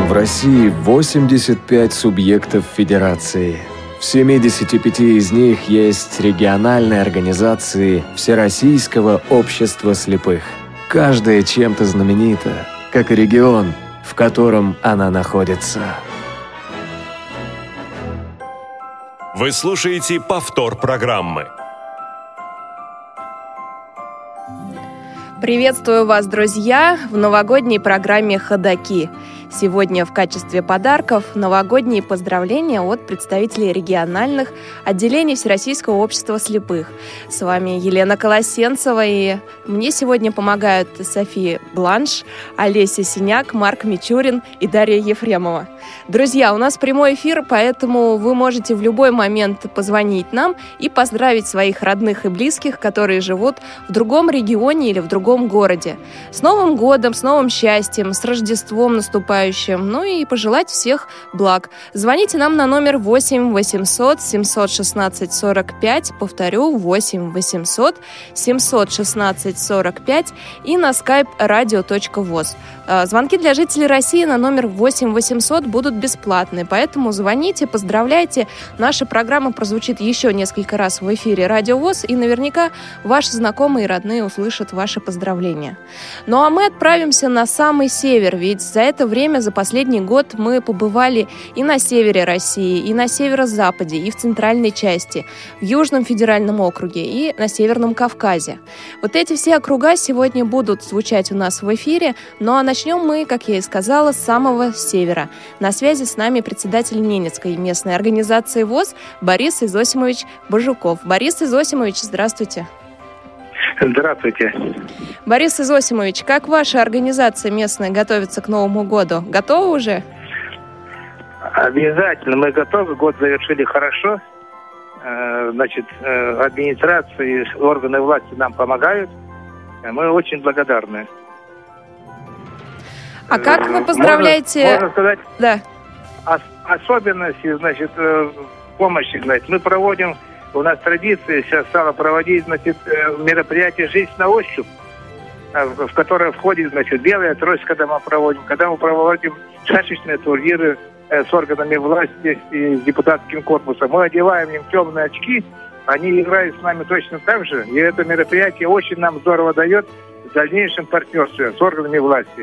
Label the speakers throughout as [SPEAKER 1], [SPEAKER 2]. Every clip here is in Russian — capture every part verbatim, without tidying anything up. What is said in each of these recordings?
[SPEAKER 1] В России восемьдесят пять субъектов федерации. В семидесяти пяти из них есть региональные организации Всероссийского общества слепых. Каждая чем-то знаменита, как и регион, в котором она находится.
[SPEAKER 2] Вы слушаете повтор программы.
[SPEAKER 3] Приветствую вас, друзья, в новогодней программе «Ходоки». Сегодня в качестве подарков новогодние поздравления от представителей региональных отделений Всероссийского общества слепых. С вами Елена Колосенцева, и мне сегодня помогают София Бланш, Олеся Синяк, Марк Мичурин и Дарья Ефремова. Друзья, у нас прямой эфир, поэтому вы можете в любой момент позвонить нам и поздравить своих родных и близких, которые живут в другом регионе или в другом городе. С Новым годом, с новым счастьем, с Рождеством наступающим, ну и пожелать всех благ. Звоните нам на номер восемь восемьсот семьсот шестнадцать сорок пять, повторю, восемь восемьсот семьсот шестнадцать сорок пять и на skype радио точка воз. Звонки для жителей России на номер восемь восемьсот будут бесплатны, поэтому звоните, поздравляйте. Наша программа прозвучит еще несколько раз в эфире Радио ВОС, и наверняка ваши знакомые и родные услышат ваши поздравления. Ну а мы отправимся на самый север, ведь за это время, за последний год, мы побывали и на севере России, и на северо-западе, и в центральной части, в Южном федеральном округе, и на Северном Кавказе. Вот эти все округа сегодня будут звучать у нас в эфире, ну а начнем мы, как я и сказала, с самого севера. На связи с нами председатель Ненецкой местной организации ВОС Борис Изосимович Бажуков. Борис Изосимович, здравствуйте.
[SPEAKER 4] Здравствуйте.
[SPEAKER 3] Борис Изосимович, как ваша организация местная готовится к Новому году? Готовы уже?
[SPEAKER 4] Обязательно, мы готовы. Год завершили хорошо. Значит, администрация и органы власти нам помогают. Мы очень благодарны.
[SPEAKER 3] А как вы поздравляете?
[SPEAKER 4] Можно, можно сказать,
[SPEAKER 3] да.
[SPEAKER 4] Особенности, значит, помощи, значит, мы проводим. У нас традиция сейчас стала проводить, значит, мероприятие «Жизнь на ощупь», в которое входит, значит, белая трость, когда мы проводим, когда мы проводим шашечные турниры с органами власти и с депутатским корпусом. Мы одеваем им темные очки, они играют с нами точно так же, и это мероприятие очень нам здорово дает в дальнейшем партнерстве с органами власти.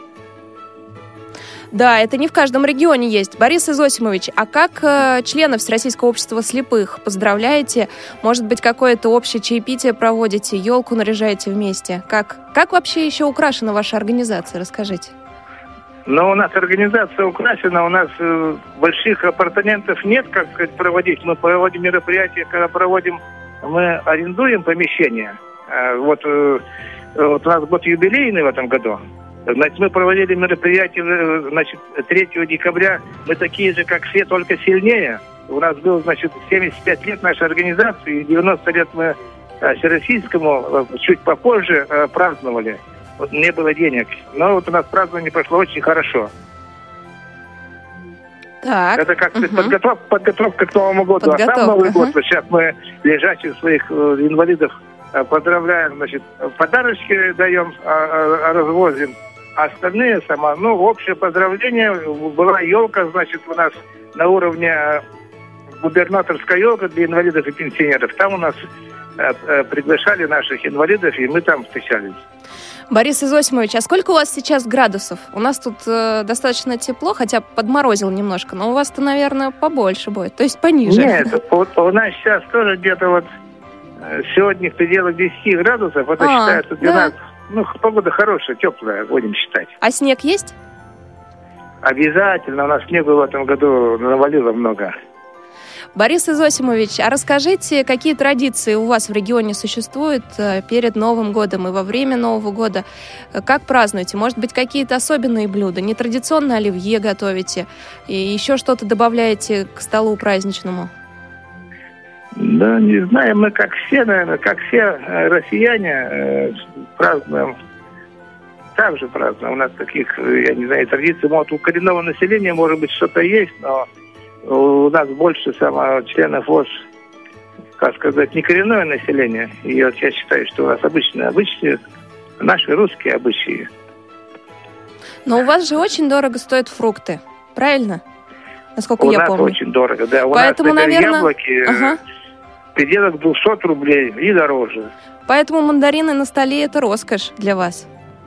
[SPEAKER 3] Да, это не в каждом регионе есть. Борис Изосимович, а как э, членов Всероссийского общества слепых поздравляете? Может быть, какое-то общее чаепитие проводите, елку наряжаете вместе? Как, как вообще еще украшена ваша организация? Расскажите.
[SPEAKER 4] Ну, у нас организация украшена, у нас э, больших апартаментов нет, как сказать, проводить. Мы проводим мероприятия, когда проводим, мы арендуем помещение. Э, вот, э, вот у нас год юбилейный в этом году. Значит, мы проводили мероприятие, значит, третьего декабря. Мы такие же, как все, только сильнее. У нас был, значит, семьдесят пять лет нашей организации, и девяносто лет мы всероссийскому чуть попозже праздновали. Вот не было денег. Но вот у нас празднование прошло очень хорошо.
[SPEAKER 3] Так.
[SPEAKER 4] Это как
[SPEAKER 3] угу.
[SPEAKER 4] подготовка, подготовка к Новому году.
[SPEAKER 3] Подготовка.
[SPEAKER 4] А сам Новый
[SPEAKER 3] угу.
[SPEAKER 4] год, вот сейчас мы лежачих своих инвалидов поздравляем, значит, подарочки даем, развозим. А остальные сама, ну, общее поздравление. Была елка, значит, у нас на уровне губернаторская елка для инвалидов и пенсионеров. Там у нас э, приглашали наших инвалидов, и мы там встречались.
[SPEAKER 3] Борис Изосимович, а сколько у вас сейчас градусов? У нас тут э, достаточно тепло, хотя подморозил немножко, но у вас-то, наверное, побольше будет, то есть пониже.
[SPEAKER 4] Нет, у, у нас сейчас тоже где-то вот сегодня в пределах десять градусов, это а, считается двенадцать. Да. Ну, погода хорошая, теплая, будем считать.
[SPEAKER 3] А снег есть?
[SPEAKER 4] Обязательно. У нас снега в этом году навалило много.
[SPEAKER 3] Борис Изосимович, а расскажите, какие традиции у вас в регионе существуют перед Новым годом и во время Нового года? Как празднуете? Может быть, какие-то особенные блюда? Нетрадиционное оливье готовите? И еще что-то добавляете к столу праздничному?
[SPEAKER 4] Да, не знаю, мы как все, наверное, как все россияне э, празднуем, так же празднуем. У нас таких, я не знаю, традиций, может, у коренного населения, может быть, что-то есть, но у нас больше само членов ВОС, как сказать, не коренное население. И вот я считаю, что у нас обычные, обычные, наши русские обычаи.
[SPEAKER 3] Но у вас же очень дорого стоят фрукты, правильно? Насколько
[SPEAKER 4] у
[SPEAKER 3] я
[SPEAKER 4] нас
[SPEAKER 3] помню.
[SPEAKER 4] очень дорого, да. У
[SPEAKER 3] Поэтому,
[SPEAKER 4] нас, например,
[SPEAKER 3] наверное...
[SPEAKER 4] яблоки
[SPEAKER 3] ага.
[SPEAKER 4] в пределах двухсот рублей и дороже.
[SPEAKER 3] Поэтому мандарины на столе – это роскошь для вас.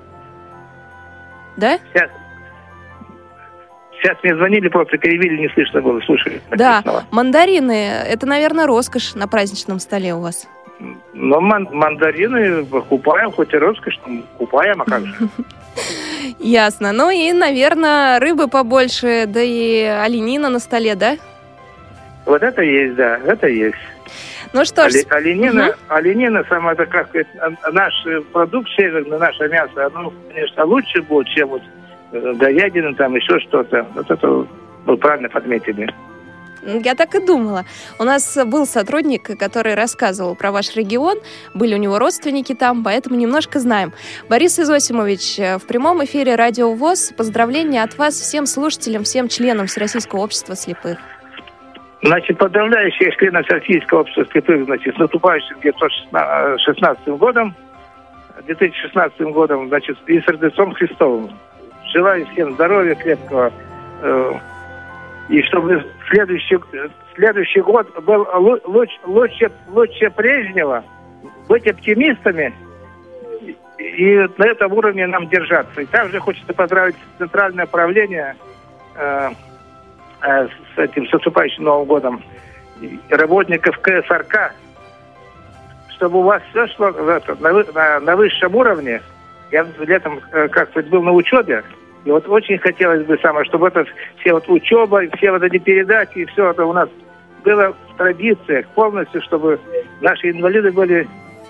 [SPEAKER 3] Да?
[SPEAKER 4] Сейчас, сейчас мне звонили, просто перевели, не слышно было, слушали.
[SPEAKER 3] Да, мандарины – это, наверное, роскошь на праздничном столе у вас.
[SPEAKER 4] Но ман- мандарины купаем, хоть и роскошь, купаем, а как же.
[SPEAKER 3] Ясно. Ну и, наверное, рыбы побольше, да и оленина на столе, да?
[SPEAKER 4] Вот это есть, да, это есть.
[SPEAKER 3] Ну что ж...
[SPEAKER 4] Оле- оленина,
[SPEAKER 3] угу.
[SPEAKER 4] оленина, самая такая, наш продукт северный, наше мясо, оно, конечно, лучше будет, чем вот говядина, там еще что-то. Вот это вы правильно подметили.
[SPEAKER 3] Я так и думала. У нас был сотрудник, который рассказывал про ваш регион. Были у него родственники там, поэтому немножко знаем. Борис Изосимович, в прямом эфире Радио ВОС. Поздравления от вас всем слушателям, всем членам Всероссийского общества слепых.
[SPEAKER 4] Значит, поздравляю всех членов Всероссийского общества слепых, значит, с наступающим две тысячи шестнадцатым годом, две тысячи шестнадцатым годом, значит, и с Рождеством Христовым. Желаю всем здоровья крепкого, э, и чтобы следующий, следующий год был лучше, лучше, лучше прежнего, быть оптимистами и на этом уровне нам держаться. И также хочется поздравить Центральное правление э, э, с этим с наступающим Новым годом, и работников ка эс эр ка, чтобы у вас все шло на, на, на высшем уровне. Я летом э, как-то был на учебе. И вот очень хотелось бы самое, чтобы это все вот учеба, все вот эти передачи, и все это у нас было в традициях полностью, чтобы наши инвалиды были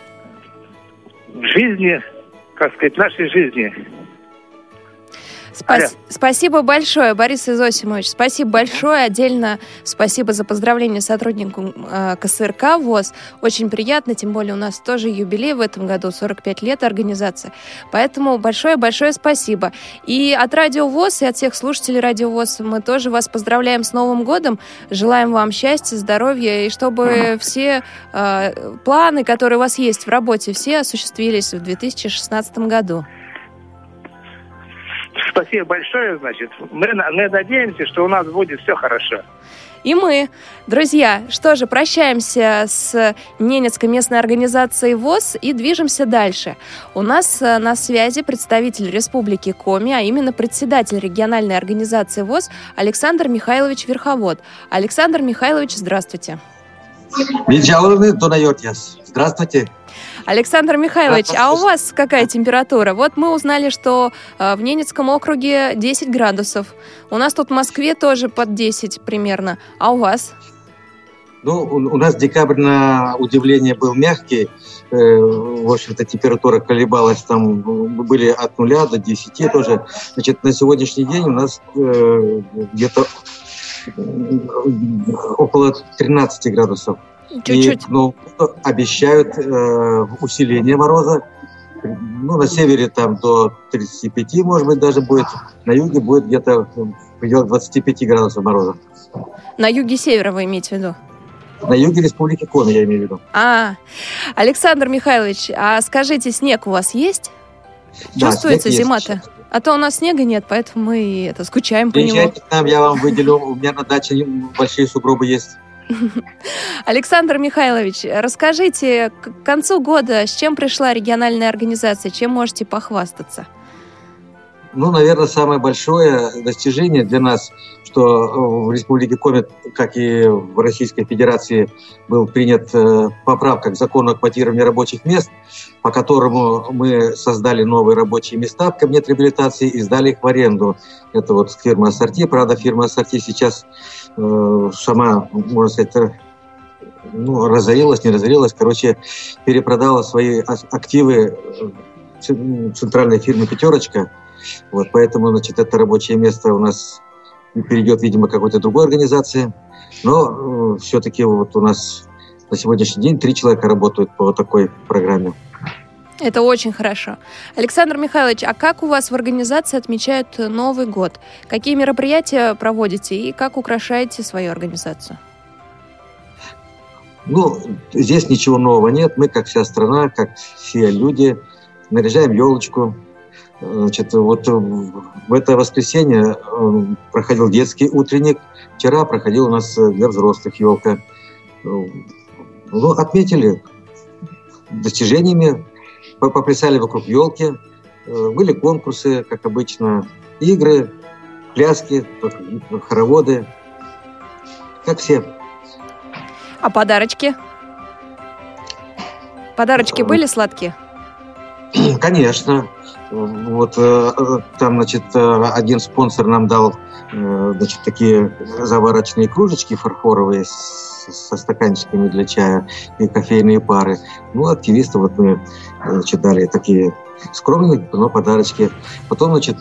[SPEAKER 4] в жизни, как сказать, в нашей жизни.
[SPEAKER 3] Спас... Спасибо большое, Борис Изосимович. Спасибо большое. Отдельно спасибо за поздравление сотруднику э, ка эс эр ка ВОС. Очень приятно, тем более у нас тоже юбилей в этом году, сорок пять лет организации. Поэтому большое-большое спасибо. И от Радио ВОС, и от всех слушателей Радио ВОС мы тоже вас поздравляем с Новым годом. Желаем вам счастья, здоровья, и чтобы все э, планы, которые у вас есть в работе, все осуществились в две тысячи шестнадцатом году.
[SPEAKER 4] Спасибо большое, значит. Мы, мы надеемся, что у нас будет все хорошо.
[SPEAKER 3] И мы. Друзья, что же, прощаемся с Ненецкой местной организацией ВОС и движемся дальше. У нас на связи представитель Республики Коми, а именно председатель региональной организации ВОС Александр Михайлович Верховод. Александр Михайлович, здравствуйте.
[SPEAKER 5] Здравствуйте.
[SPEAKER 3] Александр Михайлович, а у вас какая температура? Вот мы узнали, что э, в Ненецком округе десять градусов. У нас тут в Москве тоже под десять примерно. А у вас?
[SPEAKER 5] Ну, у, у нас декабрь, на удивление, был мягкий. Э, в общем-то, температура колебалась, там были от нуля до десяти тоже. Значит, на сегодняшний день у нас э, где-то около тринадцати градусов.
[SPEAKER 3] Чуть-чуть.
[SPEAKER 5] И, ну, обещают э, усиление мороза. Ну, на севере там до тридцати пяти, может быть, даже будет. На юге будет где-то в пределах двадцати пяти градусов мороза.
[SPEAKER 3] На юге севера вы имеете в виду?
[SPEAKER 5] На юге Республики Коми, я имею в виду.
[SPEAKER 3] А, Александр Михайлович, а скажите, снег у вас есть?
[SPEAKER 5] Да,
[SPEAKER 3] чувствуется зима-то?
[SPEAKER 5] Есть.
[SPEAKER 3] А то у нас снега нет, поэтому мы это, скучаем по нему.
[SPEAKER 5] Приезжайте к нам, я вам выделю. У меня на даче большие сугробы есть.
[SPEAKER 3] Александр Михайлович, расскажите, к концу года с чем пришла региональная организация, чем можете похвастаться?
[SPEAKER 5] Ну, наверное, самое большое достижение для нас, что в Республике Коми, как и в Российской Федерации, был принят поправка к закону о квотировании рабочих мест, по которому мы создали новые рабочие места в кабинете реабилитации и сдали их в аренду. Это вот фирма «Ассорти». Правда, фирма «Ассорти» сейчас э, сама, можно сказать, ну, разорилась, не разорилась, короче, перепродала свои активы центральной фирме «Пятерочка». Вот, поэтому, значит, это рабочее место у нас перейдет, видимо, к какой-то другой организации. Но э, все-таки вот у нас на сегодняшний день три человека работают по вот такой программе.
[SPEAKER 3] Это очень хорошо. Александр Михайлович, а как у вас в организации отмечают Новый год? Какие мероприятия проводите и как украшаете свою организацию?
[SPEAKER 5] Ну, здесь ничего нового нет. Мы, как вся страна, как все люди, наряжаем елочку, Значит, вот в это воскресенье проходил детский утренник, вчера проходил у нас для взрослых елка. Ну, отметили достижениями, поплясали вокруг елки, были конкурсы, как обычно, игры, пляски, хороводы, как все.
[SPEAKER 3] А подарочки? Подарочки были сладкие?
[SPEAKER 5] Конечно. Вот там, значит, один спонсор нам дал, значит, такие заварочные кружечки фарфоровые со стаканчиками для чая и кофейные пары. Ну, активисты вот мы, значит, дали такие скромные, но подарочки. Потом, значит,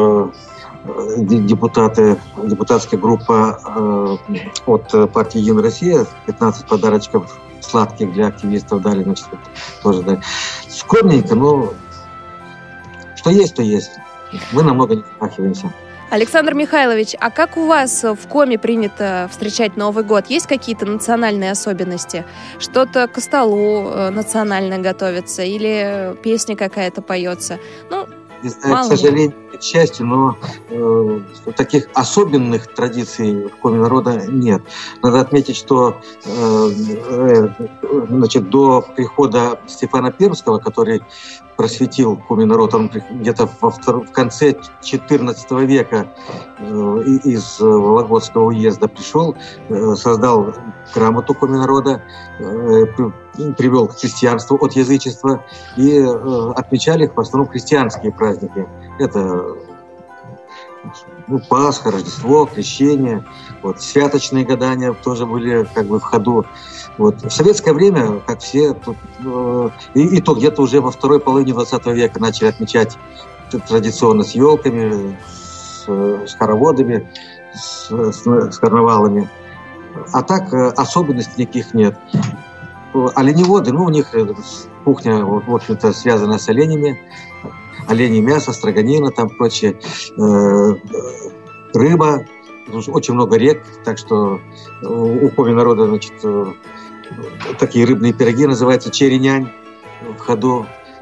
[SPEAKER 5] депутаты, депутатская группа от партии «Единая Россия» пятнадцать подарочков сладких для активистов дали, значит, тоже дали. Скромненько, но что есть, то есть. Мы намного не вмахиваемся.
[SPEAKER 3] Александр Михайлович, а как у вас в Коми принято встречать Новый год? Есть какие-то национальные особенности? Что-то к столу национальное готовится или песня какая-то поется? Ну,
[SPEAKER 5] к сожалению, к счастью, но э, таких особенных традиций в Коми народа нет. Надо отметить, что э, э, значит, до прихода Стефана Пермского, который просветил Коми народ, он где-то во втор... в конце четырнадцатого века э, из Вологодского уезда пришел, э, создал грамоту Коми народа, э, привел к христианству от язычества, и э, отмечали их в основном христианские праздники. Это ну, Пасха, Рождество, Крещение, вот, святочные гадания тоже были как бы в ходу. Вот. В советское время, как все, тут, э, и, и то где-то уже во второй половине двадцатого века начали отмечать традиционно с елками, с, с хороводами, с, с, с карнавалами. А так э, особенностей никаких нет. Оленеводы, ну, у них кухня, в общем-то, связана с оленями. Оленье мясо, строганина, там прочее. Рыба, очень много рек, так что у Коми народа, значит, такие рыбные пироги называются черенянь в ходу.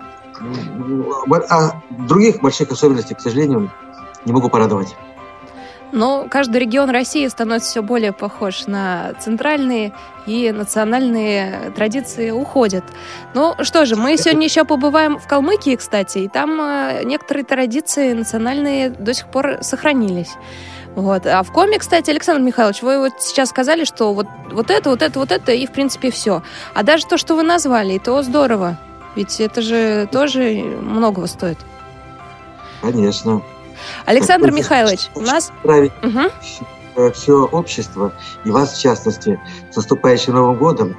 [SPEAKER 5] А других больших особенностей, к сожалению, не могу порадовать.
[SPEAKER 3] Но каждый регион России становится все более похож на центральные, и национальные традиции уходят. Ну что же, мы сегодня еще побываем в Калмыкии, кстати, и там некоторые традиции национальные до сих пор сохранились. Вот. А в Коми, кстати, Александр Михайлович, вы вот сейчас сказали, что вот, вот это, вот это, вот это, и в принципе все. А даже то, что вы назвали, и то здорово. Ведь это же тоже многого стоит.
[SPEAKER 5] Конечно.
[SPEAKER 3] Александр Михайлович, у нас...
[SPEAKER 5] Угу. Все общество, и вас в частности, с наступающим Новым годом.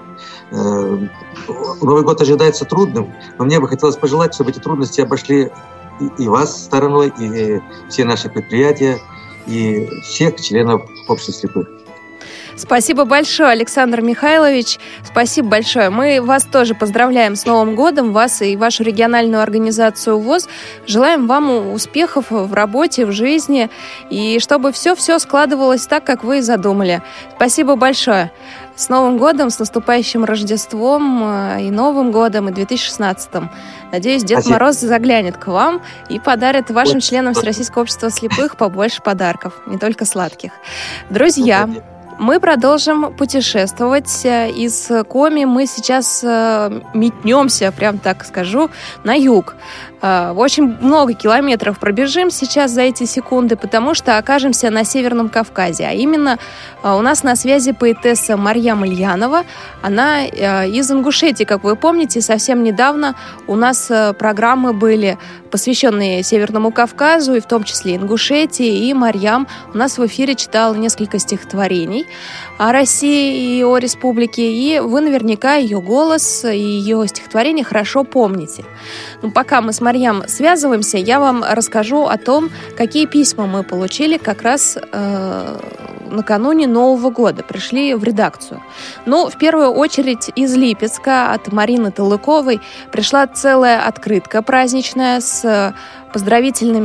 [SPEAKER 5] Новый год ожидается трудным, но мне бы хотелось пожелать, чтобы эти трудности обошли и вас стороной, и все наши предприятия, и всех членов общества слепых.
[SPEAKER 3] Спасибо большое, Александр Михайлович. Спасибо большое. Мы вас тоже поздравляем с Новым годом, вас и вашу региональную организацию ВОС. Желаем вам успехов в работе, в жизни, и чтобы все-все складывалось так, как вы и задумали. Спасибо большое. С Новым годом, с наступающим Рождеством и Новым годом, и две тысячи шестнадцатым. Надеюсь, Дед Спасибо. Мороз заглянет к вам и подарит вашим членам Всероссийского общества слепых побольше подарков, не только сладких. Друзья, мы продолжим путешествовать из Коми. Мы сейчас метнемся, прям так скажу, на юг. Очень много километров пробежим сейчас за эти секунды, потому что окажемся на Северном Кавказе. А именно у нас на связи поэтесса Марьям Ильянова. Она из Ингушетии, как вы помните, совсем недавно у нас программы были, посвященные Северному Кавказу, и в том числе Ингушетии. И Марьям у нас в эфире читала несколько стихотворений о России и о республике. И вы наверняка ее голос и ее стихотворения хорошо помните. Но пока мы с Марьям связываемся, я вам расскажу о том, какие письма мы получили как раз э, накануне Нового года. Пришли в редакцию. Ну, в первую очередь из Липецка от Марины Талыковой пришла целая открытка праздничная с поздравительными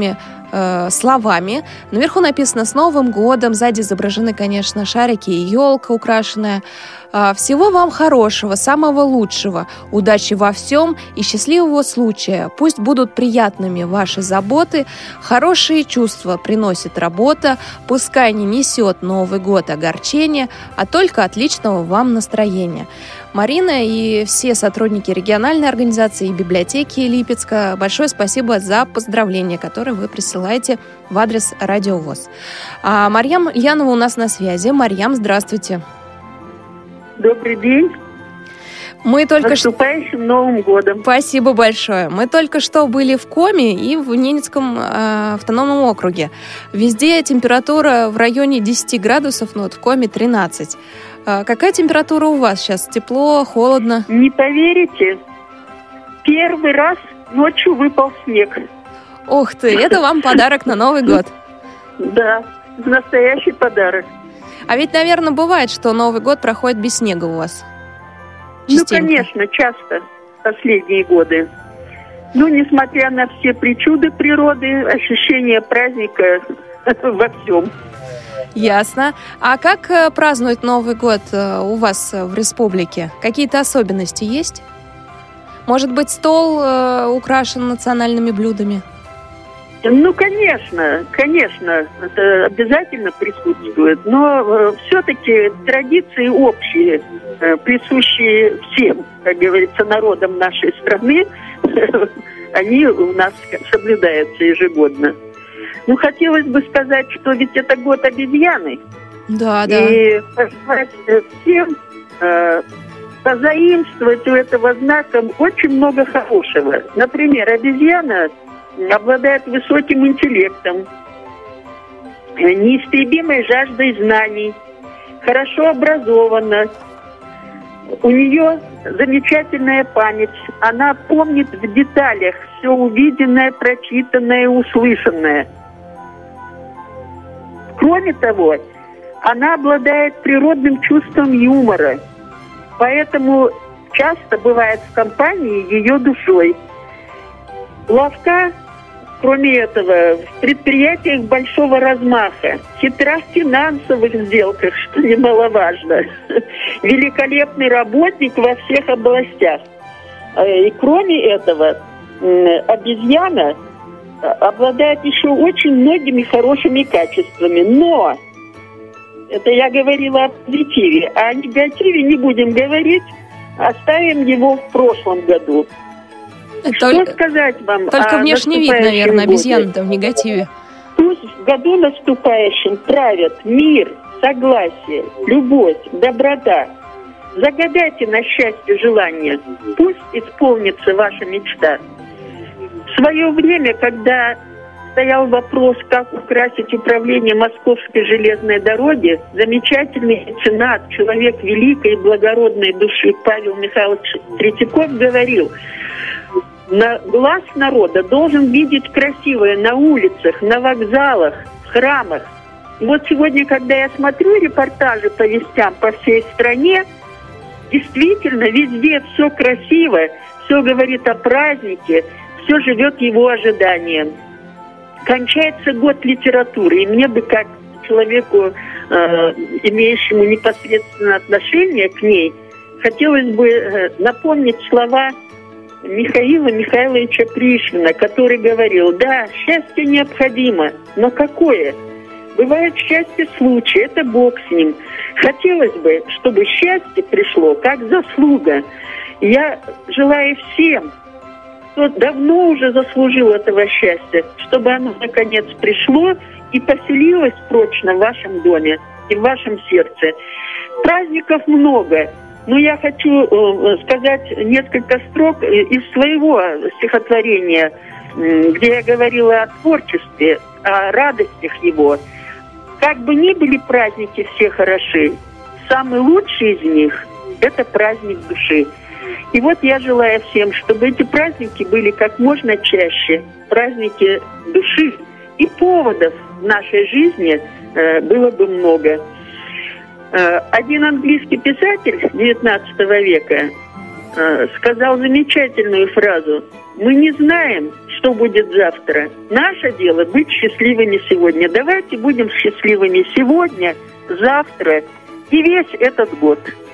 [SPEAKER 3] э, словами. Наверху написано «С Новым годом», сзади изображены, конечно, шарики и елка украшенная. Э, всего вам хорошего, самого лучшего, удачи во всем и счастливого случая. Пусть будут приятными ваши заботы, хорошие чувства приносит работа, пускай не несет Новый год огорчения, а только отличного вам настроения. Марина и все сотрудники региональной организации и библиотеки Липецка, большое спасибо за поздравления, которые вы присылаете в адрес Радио ВОС. А Марьям Янова у нас на связи. Марьям, здравствуйте.
[SPEAKER 6] Добрый день.
[SPEAKER 3] Мы только
[SPEAKER 6] С наступающим Новым годом.
[SPEAKER 3] Спасибо большое. Мы только что были в Коми и в Ненецком э, автономном округе. Везде температура в районе десять градусов, но вот в Коми тринадцать. Э, какая температура у вас сейчас? Тепло, холодно?
[SPEAKER 6] Не поверите, первый раз ночью выпал снег.
[SPEAKER 3] Ух ты, это вам подарок на Новый год.
[SPEAKER 6] Да, настоящий подарок.
[SPEAKER 3] А ведь, наверное, бывает, что Новый год проходит без снега у вас.
[SPEAKER 6] Частенько. Ну, конечно, часто последние годы. Но, несмотря на все причуды природы, ощущение праздника во всем.
[SPEAKER 3] Ясно. А как празднуют Новый год у вас в республике? Какие-то особенности есть? Может быть, стол украшен национальными блюдами?
[SPEAKER 6] Ну, конечно, конечно, это обязательно присутствует, но э, все-таки традиции общие, э, присущие всем, как говорится, народам нашей страны, они у нас соблюдаются ежегодно. Ну, хотелось бы сказать, что ведь это год обезьяны.
[SPEAKER 3] Да, да.
[SPEAKER 6] И пожелать всем э, позаимствовать у этого знака очень много хорошего. Например, обезьяна обладает высоким интеллектом, неистребимой жаждой знаний, хорошо образована. У нее замечательная память. Она помнит в деталях все увиденное, прочитанное, услышанное. Кроме того, она обладает природным чувством юмора, поэтому часто бывает в компании ее душой. Ловка, кроме этого, в предприятиях большого размаха, хитра в финансовых сделках, что немаловажно. Великолепный работник во всех областях. И кроме этого, обезьяна обладает еще очень многими хорошими качествами. Но, это я говорила о позитиве, а о негативе не будем говорить, оставим его в прошлом году.
[SPEAKER 3] Только,
[SPEAKER 6] что сказать вам?
[SPEAKER 3] Только внешний вид, наверное, обезьяны-то в негативе.
[SPEAKER 6] Пусть в году наступающем правят мир, согласие, любовь, доброта. Загадайте на счастье желание. Пусть исполнится ваша мечта. В свое время, когда стоял вопрос, как украсить управление Московской железной дороги, замечательный меценат, человек великой и благородной души Павел Михайлович Третьяков говорил: на глаз народа должен видеть красивое на улицах, на вокзалах, в храмах. И вот сегодня, когда я смотрю репортажи по вестям по всей стране, действительно, везде все красиво, все говорит о празднике, все живет его ожиданием. Кончается год литературы, и мне бы, как человеку, э, имеющему непосредственное отношение к ней, хотелось бы э, напомнить слова Михаила Михайловича Пришвина, который говорил: да, счастье необходимо, но какое? Бывает счастье случая, это Бог с ним. Хотелось бы, чтобы счастье пришло как заслуга. Я желаю всем, кто давно уже заслужил этого счастья, чтобы оно наконец пришло и поселилось прочно в вашем доме и в вашем сердце. Праздников много. Но я хочу э, сказать несколько строк из своего стихотворения, э, где я говорила о творчестве, о радостях его. Как бы ни были праздники все хороши, самый лучший из них – это праздник души. И вот я желаю всем, чтобы эти праздники были как можно чаще, праздники души, и поводов в нашей жизни э, было бы много. Один английский писатель девятнадцатого века э, сказал замечательную фразу. Мы не знаем, что будет завтра. Наше дело быть счастливыми сегодня. Давайте будем счастливыми сегодня, завтра и весь этот год.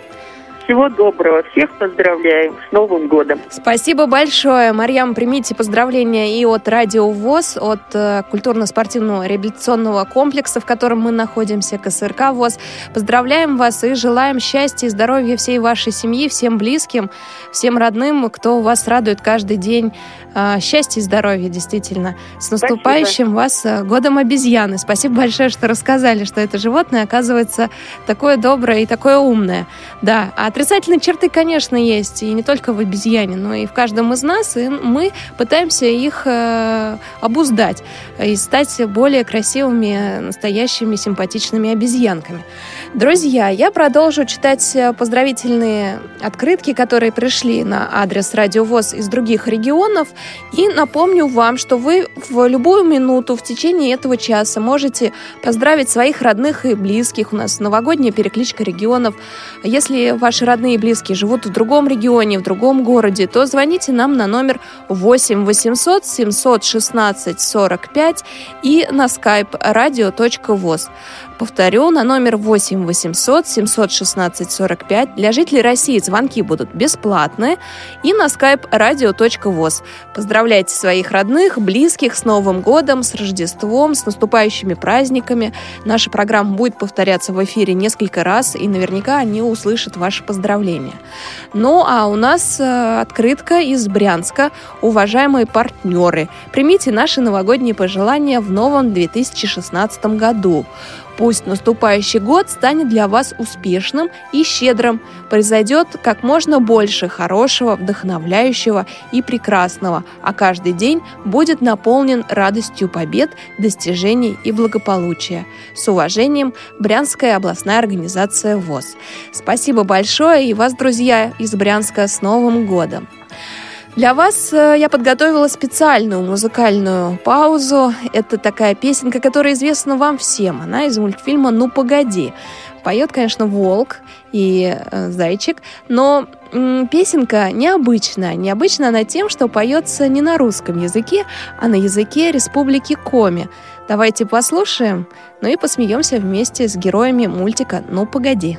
[SPEAKER 6] Всего доброго. Всех поздравляю с Новым годом.
[SPEAKER 3] Спасибо большое. Марьям, примите поздравления и от Радио ВОС, от э, культурно-спортивного реабилитационного комплекса, в котором мы находимся, ка эс эр ка ВОС. Поздравляем вас и желаем счастья и здоровья всей вашей семьи, всем близким, всем родным, кто вас радует каждый день. Э, счастья и здоровья, действительно. С наступающим Спасибо. Вас э, годом обезьяны. Спасибо большое, что рассказали, что это животное, оказывается, такое доброе и такое умное. Да, а отрицательные черты, конечно, есть, и не только в обезьяне, но и в каждом из нас, и мы пытаемся их э, обуздать и стать более красивыми, настоящими, симпатичными обезьянками. Друзья, я продолжу читать поздравительные открытки, которые пришли на адрес Радио ВОС из других регионов, и напомню вам, что вы в любую минуту в течение этого часа можете поздравить своих родных и близких. У нас новогодняя перекличка регионов. Если ваши родные и близкие живут в другом регионе, в другом городе, то звоните нам на номер восемь восемьсот семьсот шестнадцать сорок пять и на skype radio точка voz. Повторю, на номер восемь восемьсот семьсот шестнадцать сорок пять. Для жителей России звонки будут бесплатные. И на skype radio точка voz. Поздравляйте своих родных, близких с Новым годом, с Рождеством, с наступающими праздниками. Наша программа будет повторяться в эфире несколько раз, и наверняка они услышат ваши поздравления. Ну, а у нас э, открытка из Брянска. Уважаемые партнеры, примите наши новогодние пожелания в новом две тысячи шестнадцатом году. Пусть наступающий год станет для вас успешным и щедрым. Произойдет как можно больше хорошего, вдохновляющего и прекрасного, а каждый день будет наполнен радостью побед, достижений и благополучия. С уважением, Брянская областная организация ВОС. Спасибо большое, и вас, друзья, из Брянска с Новым годом! Для вас я подготовила специальную музыкальную паузу. Это такая песенка, которая известна вам всем. Она из мультфильма «Ну, погоди». Поет, конечно, волк и э, зайчик, но м, песенка необычная. Необычна она тем, что поется не на русском языке, а на языке Республики Коми. Давайте послушаем, ну и посмеемся вместе с героями мультика «Ну, погоди».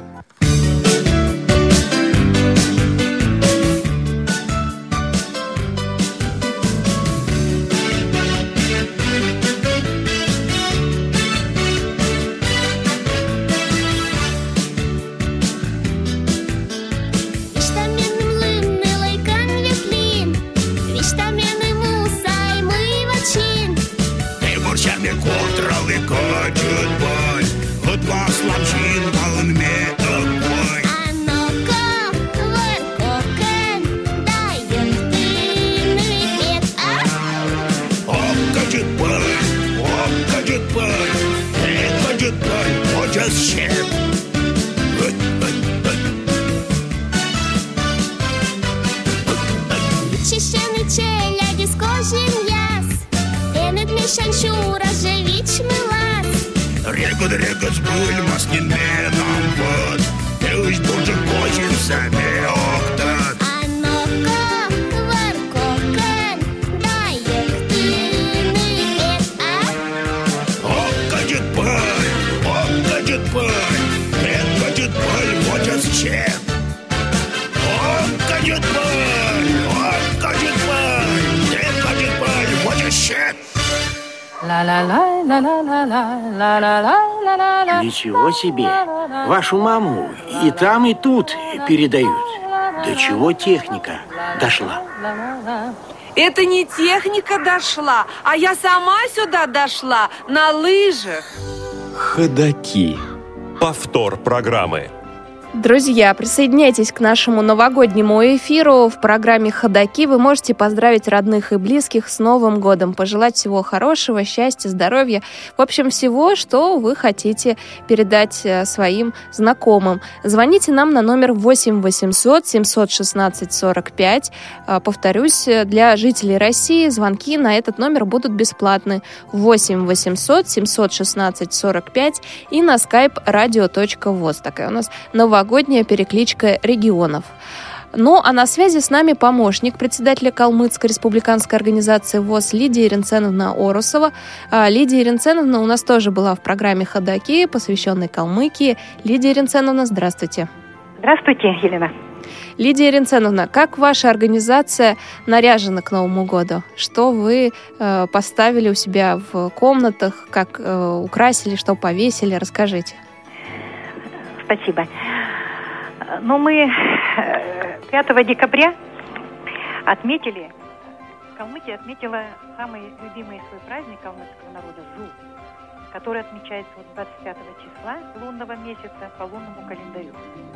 [SPEAKER 7] Ничего себе! Вашу маму и там, и тут передают. До чего техника дошла?
[SPEAKER 8] Это не техника дошла, а я сама сюда дошла на лыжах.
[SPEAKER 2] Ходаки. Повтор программы.
[SPEAKER 3] Друзья, присоединяйтесь к нашему новогоднему эфиру. В программе «Ходаки» вы можете поздравить родных и близких с Новым годом, пожелать всего хорошего, счастья, здоровья, в общем, всего, что вы хотите передать своим знакомым. Звоните нам на номер восемь восемьсот семьсот шестнадцать сорок пять. Повторюсь, для жителей России звонки на этот номер будут бесплатны. восемь восемьсот семьсот шестнадцать сорок пять и на skype radio точка voz. Такая у нас новогодняя Новогодняя перекличка регионов. Ну, а на связи с нами помощник председателя Калмыцкой республиканской организации ВОС Лидия Ренценовна Орусова. Лидия Ренценовна у нас тоже была в программе «Ходоки», посвященной Калмыкии. Лидия Ренценовна, здравствуйте.
[SPEAKER 9] Здравствуйте, Елена.
[SPEAKER 3] Лидия Ренценовна, как ваша организация наряжена к Новому году? Что вы э, поставили у себя в комнатах, как э, украсили, что повесили? Расскажите.
[SPEAKER 9] Спасибо. Ну, мы пятого декабря отметили, Калмыкия отметила самый любимый свой праздник калмыцкого народа – Зул, который отмечается вот двадцать пятого числа лунного месяца по лунному календарю.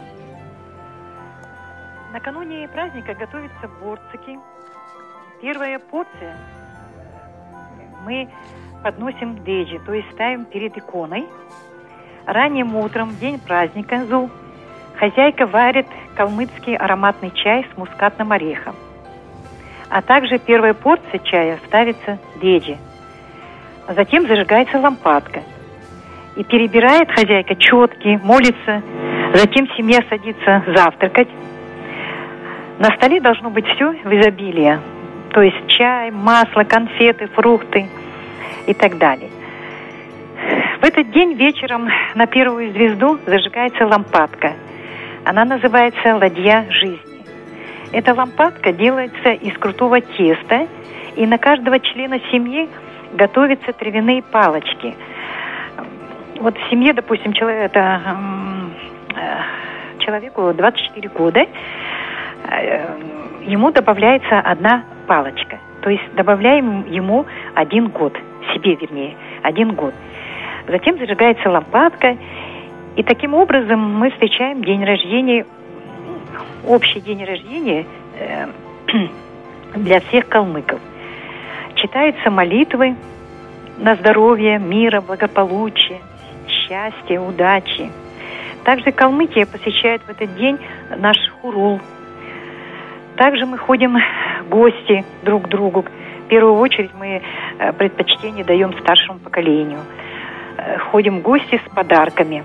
[SPEAKER 9] Накануне праздника готовятся борцики. Первая порция мы подносим деджи, то есть ставим перед иконой. Ранним утром, в день праздника Зул, хозяйка варит калмыцкий ароматный чай с мускатным орехом. А также первая порция чая ставится деджи. Затем зажигается лампадка. И перебирает хозяйка четки, молится. Затем семья садится завтракать. На столе должно быть все в изобилии. То есть чай, масло, конфеты, фрукты и так далее. В этот день вечером на первую звезду зажигается лампадка. Она называется «Ладья жизни». Эта лампадка делается из крутого теста, и на каждого члена семьи готовятся травяные палочки. Вот в семье, допустим, человек, это, э, человеку двадцать четыре года, э, ему добавляется одна палочка. То есть добавляем ему один год, себе вернее, один год. Затем зажигается лампадка, и таким образом мы встречаем день рождения, общий день рождения э, для всех калмыков. Читаются молитвы на здоровье, мира, благополучия, счастья, удачи. Также Калмыкия посещает в этот день наш хурул. Также мы ходим в гости друг к другу. В первую очередь мы предпочтение даем старшему поколению. Ходим в гости с подарками.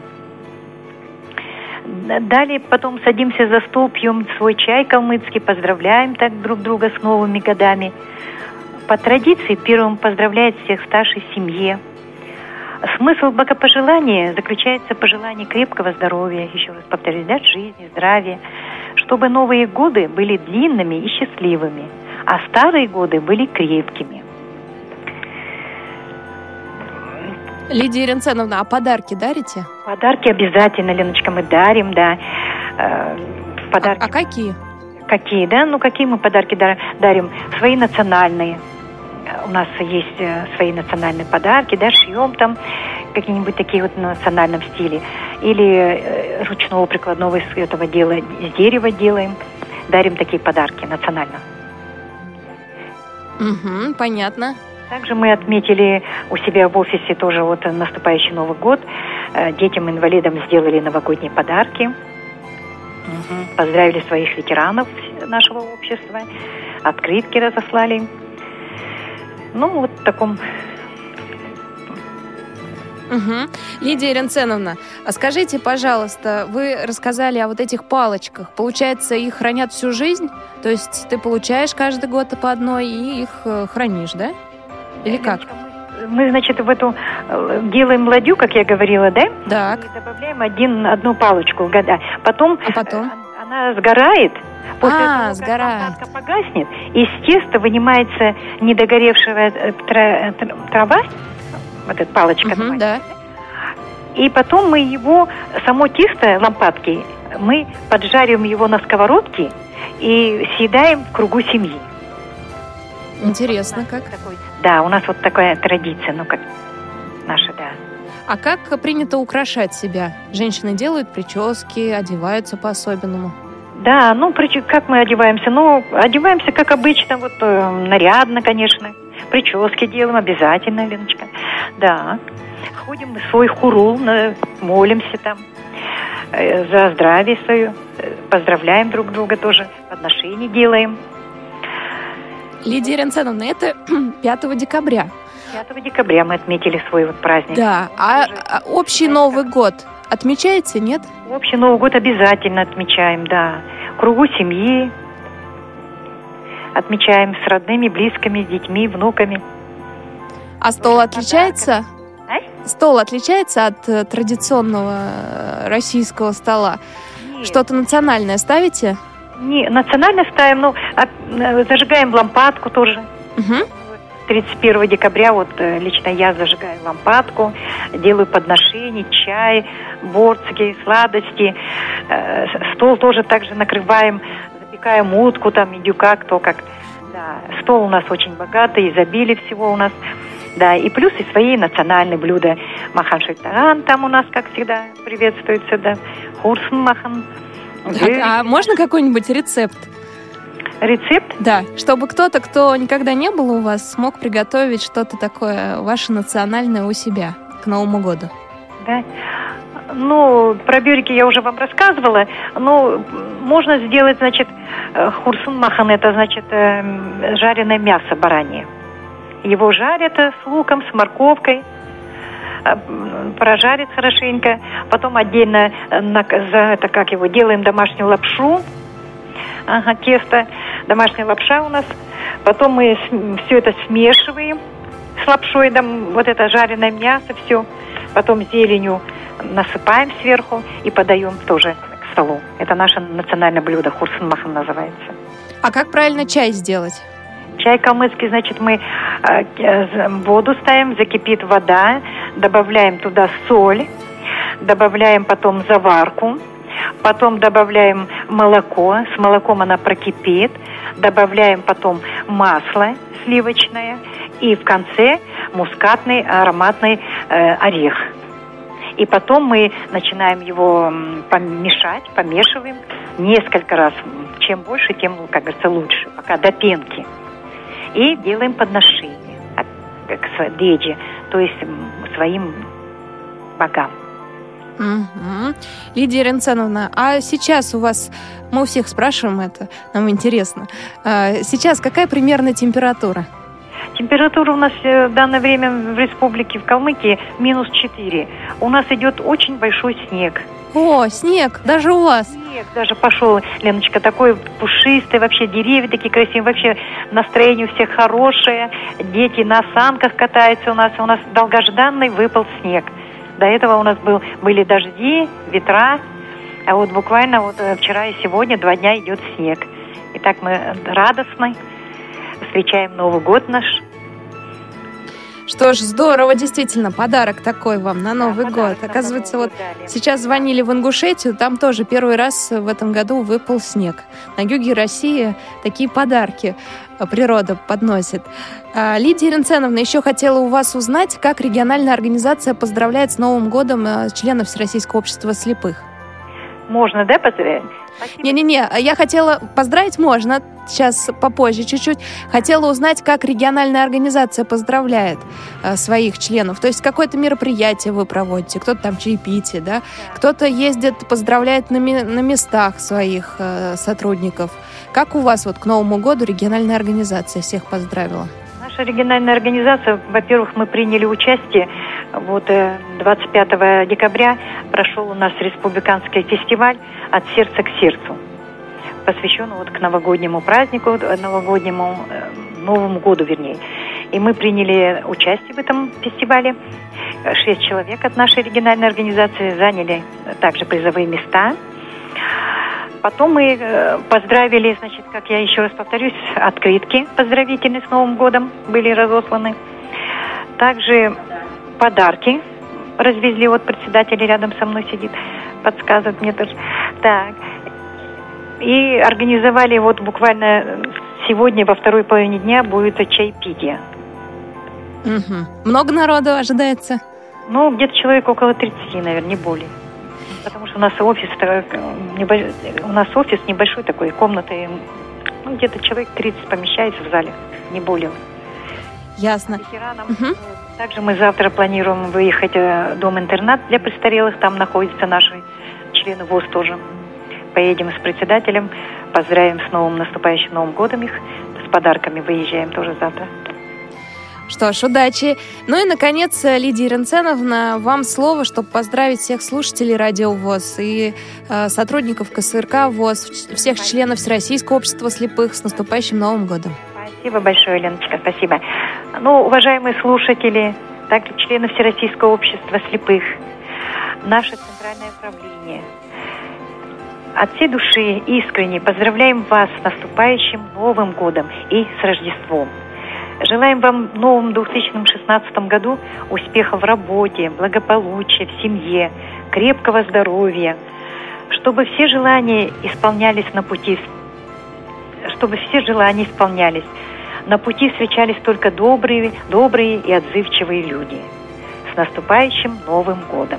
[SPEAKER 9] Далее потом садимся за стол, пьем свой чай калмыцкий, поздравляем так друг друга с новыми годами. По традиции первым поздравляет всех в старшей семье. Смысл благопожелания заключается в пожелании крепкого здоровья, еще раз повторюсь, да, жизни, здравия, чтобы новые годы были длинными и счастливыми, а старые годы были крепкими.
[SPEAKER 3] Лидия Ренценовна, а подарки дарите?
[SPEAKER 9] Подарки обязательно, Леночка, мы дарим, да. Э, подарки.
[SPEAKER 3] А, а какие?
[SPEAKER 9] Какие, да? Ну, какие мы подарки дарим? Свои национальные. У нас есть свои национальные подарки, да, шьем там какие-нибудь такие вот в национальном стиле. Или ручного прикладного из этого дела, из дерева делаем. Дарим такие подарки национально.
[SPEAKER 3] Угу, понятно.
[SPEAKER 9] Также мы отметили у себя в офисе тоже вот наступающий Новый год. Детям-инвалидам сделали новогодние подарки. Угу. Поздравили своих ветеранов нашего общества. Открытки разослали. Ну, вот в таком...
[SPEAKER 3] Угу. Лидия Ренценовна, а скажите, пожалуйста, вы рассказали о вот этих палочках. Получается, их хранят всю жизнь? То есть ты получаешь каждый год по одной и их хранишь, да? Или как?
[SPEAKER 9] Мы, значит, в эту делаем ладью, как я говорила, да?
[SPEAKER 3] Так.
[SPEAKER 9] И добавляем один, одну палочку в года. Потом,
[SPEAKER 3] а потом
[SPEAKER 9] она сгорает. После
[SPEAKER 3] а,
[SPEAKER 9] того,
[SPEAKER 3] сгорает.
[SPEAKER 9] как погаснет, из теста вынимается недогоревшая трава, вот эта палочка.
[SPEAKER 3] Угу, да.
[SPEAKER 9] И потом мы его, само тесто лампадки, мы поджариваем его на сковородке и съедаем в кругу семьи.
[SPEAKER 3] Интересно,
[SPEAKER 9] вот
[SPEAKER 3] как?
[SPEAKER 9] Такой, да, у нас вот такая традиция, ну как наша, да.
[SPEAKER 3] А как принято украшать себя? Женщины делают прически, одеваются по-особенному?
[SPEAKER 9] Да, ну, как мы одеваемся? Ну, одеваемся, как обычно, вот нарядно, конечно. Прически делаем обязательно, Леночка. Да. Ходим в свой хурул, молимся там за здравие свое, поздравляем друг друга тоже, подношения делаем.
[SPEAKER 3] Лидия Ренценовна, это пятого декабря.
[SPEAKER 9] пятого декабря мы отметили свой вот праздник.
[SPEAKER 3] Да, а, а общий Новый год отмечаете, нет?
[SPEAKER 9] Общий Новый год обязательно отмечаем, да. в кругу семьи. Отмечаем с родными, близкими, с детьми, внуками.
[SPEAKER 3] А стол отличается?
[SPEAKER 9] А?
[SPEAKER 3] Стол отличается от э, традиционного э, российского стола?
[SPEAKER 9] Нет.
[SPEAKER 3] Что-то национальное ставите?
[SPEAKER 9] Не, национально ставим, ну, от, э, зажигаем лампадку тоже.
[SPEAKER 3] Угу.
[SPEAKER 9] тридцать первого декабря вот э, лично я зажигаю лампадку, делаю подношения, чай, борцки, сладости. Э, стол тоже также накрываем, запекаем утку, там, индюка, кто как. Да, стол у нас очень богатый, изобилие всего у нас. Да, и плюс и свои национальные блюда. Махан шайтаран там у нас, как всегда, приветствуется, да. Хурсун махан.
[SPEAKER 3] А, а можно какой-нибудь рецепт?
[SPEAKER 9] Рецепт?
[SPEAKER 3] Да, чтобы кто-то, кто никогда не был у вас, смог приготовить что-то такое ваше национальное у себя к Новому году.
[SPEAKER 9] Да. Ну, про бёрики я уже вам рассказывала. Ну, можно сделать, значит, хурсун махан, это, значит, жареное мясо баранье. Его жарят с луком, с морковкой, прожарят хорошенько. Потом отдельно на, за это, как его, делаем домашнюю лапшу. Ага, тесто, домашняя лапша у нас. Потом мы все это смешиваем с лапшой, там, вот это жареное мясо, все. Потом зеленью насыпаем сверху и подаем тоже к столу. Это наше национальное блюдо, хурсун махан называется.
[SPEAKER 3] А как правильно чай сделать?
[SPEAKER 9] Чай калмыцкий, значит, мы э, воду ставим, закипит вода, добавляем туда соль, добавляем потом заварку, потом добавляем молоко, с молоком она прокипит, добавляем потом масло сливочное и в конце мускатный ароматный э, орех. И потом мы начинаем его помешать, помешиваем несколько раз. Чем больше, тем, как говорится, лучше, пока до пенки. И делаем подношение к деде, то есть своим богам.
[SPEAKER 3] Угу. Лидия Ренценовна, а сейчас у вас, мы у всех спрашиваем это, нам интересно, а сейчас какая примерно температура?
[SPEAKER 9] Температура у нас в данное время в республике, в Калмыкии, минус четыре. У нас идет очень большой снег.
[SPEAKER 3] О, снег, даже у вас?
[SPEAKER 9] Снег даже пошел, Леночка, такой пушистый, вообще деревья такие красивые, вообще настроение у всех хорошее, дети на санках катаются у нас, у нас долгожданный выпал снег. До этого у нас был, были дожди, ветра, а вот буквально вот вчера и сегодня два дня идет снег. И так мы радостно встречаем Новый год наш.
[SPEAKER 3] Что ж, здорово, действительно, подарок такой вам на Новый
[SPEAKER 9] да,
[SPEAKER 3] год. Оказывается,
[SPEAKER 9] Новый
[SPEAKER 3] вот
[SPEAKER 9] год
[SPEAKER 3] сейчас звонили в Ингушетию, там тоже первый раз в этом году выпал снег. На юге России такие подарки природа подносит. А, Лидия Ренценовна, еще хотела у вас узнать, как региональная организация поздравляет с Новым годом членов Всероссийского общества слепых.
[SPEAKER 9] Можно, да, поздравить?
[SPEAKER 3] Не-не-не, я хотела поздравить, можно, сейчас попозже чуть-чуть. Хотела узнать, как региональная организация поздравляет э, своих членов. То есть какое-то мероприятие вы проводите, кто-то там чаепитие, да? Да. Кто-то ездит, поздравляет на, ми- на местах своих э, сотрудников. Как у вас вот к Новому году региональная организация всех поздравила?
[SPEAKER 9] Наша региональная организация, во-первых, мы приняли участие, вот двадцать пятого декабря прошел у нас республиканский фестиваль «От сердца к сердцу», посвященный вот к новогоднему празднику, новогоднему, Новому году, вернее. И мы приняли участие в этом фестивале. Шесть человек от нашей региональной организации заняли также призовые места. Потом мы поздравили, значит, как я еще раз повторюсь, открытки поздравительные с Новым годом были разосланы. Также подарки развезли, вот председатель рядом со мной сидит, подсказывает мне тоже. Так. И организовали вот буквально сегодня во второй половине дня будет чаепитие.
[SPEAKER 3] Угу. Много народу ожидается?
[SPEAKER 9] Ну, где-то человек около тридцати, наверное, не более. Потому что у нас офис, у нас офис небольшой такой, комнаты, ну, где-то человек тридцать помещается в зале, не более.
[SPEAKER 3] Ясно. Угу.
[SPEAKER 9] Также мы завтра планируем выехать в дом-интернат для престарелых, там находятся наши члены ВОС тоже. Поедем с председателем, поздравим с новым наступающим Новым годом их, с подарками выезжаем тоже завтра.
[SPEAKER 3] Что ж, удачи. Ну и, наконец, Лидия Ирнценовна, вам слово, чтобы поздравить всех слушателей Радио ВОС и э, сотрудников ка эс эр ка ВОС, всех членов Всероссийского общества слепых с наступающим Новым годом.
[SPEAKER 9] Спасибо большое, Леночка, спасибо. Ну, уважаемые слушатели, также члены Всероссийского общества слепых, наше центральное правление, от всей души искренне поздравляем вас с наступающим Новым годом и с Рождеством. Желаем вам в новом две тысячи шестнадцатом году успехов в работе, благополучия в семье, крепкого здоровья, чтобы все желания исполнялись на пути, чтобы все желания исполнялись. На пути встречались только добрые, добрые и отзывчивые люди. С наступающим Новым годом!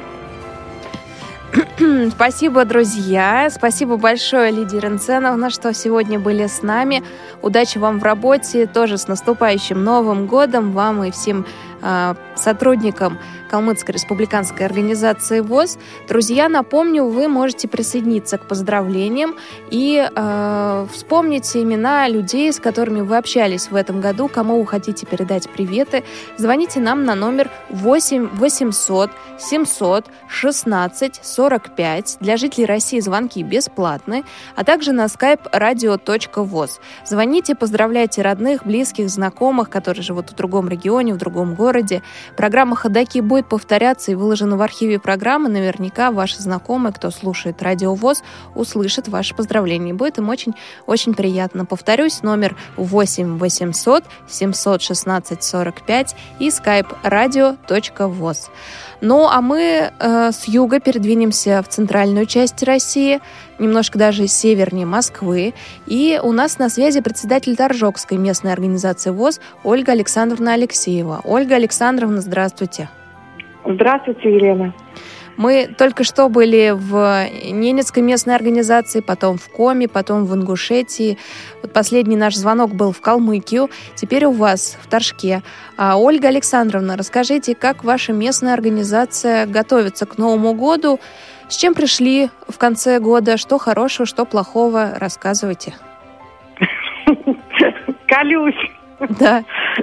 [SPEAKER 3] Спасибо, друзья. Спасибо большое, Лидия Ирнценовна, что сегодня были с нами. Удачи вам в работе. Тоже с наступающим Новым годом вам и всем э, сотрудникам Калмыцкой республиканской организации ВОС. Друзья, напомню, вы можете присоединиться к поздравлениям и э, вспомнить имена людей, с которыми вы общались в этом году, кому вы хотите передать приветы. Звоните нам на номер восемь восемьсот семьсот шестнадцать сорок пять. Для жителей России звонки бесплатны, а также на skype radio точка voz. Звоните, поздравляйте родных, близких, знакомых, которые живут в другом регионе, в другом городе. Программа «Ходоки» будет повторяться и выложена в архиве программы. Наверняка ваши знакомые, кто слушает Радио ВОС, услышат ваши поздравления. Будет им очень-очень приятно. Повторюсь, номер восемь восемьсот семьсот шестнадцать сорок пять и skype radio точка voz. Ну, а мы э, с юга передвинемся в центральную часть России, немножко даже севернее Москвы. И у нас на связи председатель Торжокской местной организации ВОС Ольга Александровна Алексеева. Ольга Александровна, здравствуйте.
[SPEAKER 10] Здравствуйте, Елена.
[SPEAKER 3] Мы только что были в Ненецкой местной организации, потом в Коми, потом в Ингушетии. Вот последний наш звонок был в Калмыкию, теперь у вас в Торжке. А, Ольга Александровна, расскажите, как ваша местная организация готовится к Новому году? С чем пришли в конце года? Что хорошего, что плохого? Рассказывайте.
[SPEAKER 10] Колюсь.
[SPEAKER 3] Да.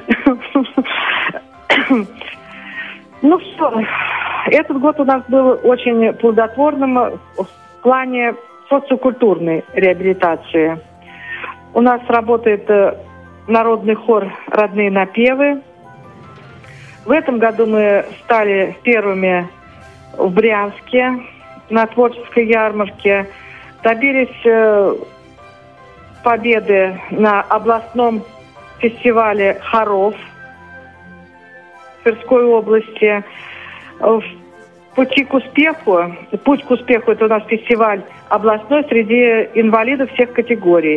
[SPEAKER 10] Ну что, этот год у нас был очень плодотворным в плане социокультурной реабилитации. У нас работает народный хор «Родные напевы». В этом году мы стали первыми в Брянске на творческой ярмарке. Добились победы на областном фестивале хоров Тверской области. В пути к успеху, путь к успеху, это у нас фестиваль областной среди инвалидов всех категорий.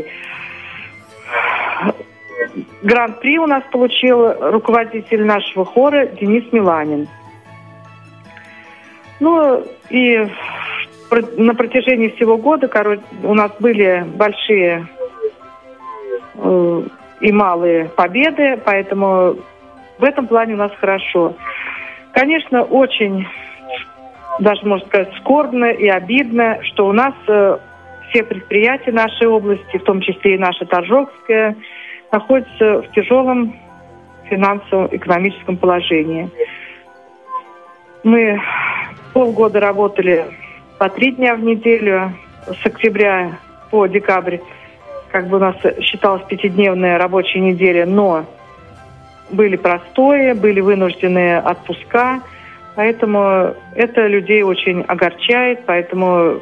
[SPEAKER 10] Гран-при у нас получил руководитель нашего хора Денис Миланин. Ну и на протяжении всего года, короче, у нас были большие э, и малые победы, поэтому в этом плане у нас хорошо. Конечно, очень, даже можно сказать, скорбно и обидно, что у нас э, все предприятия нашей области, в том числе и наша Торжокская, находятся в тяжелом финансовом, экономическом положении. Мы полгода работали по три дня в неделю, с октября по декабрь, как бы у нас считалась пятидневная рабочая неделя, но были простои, были вынужденные отпуска, поэтому это людей очень огорчает, поэтому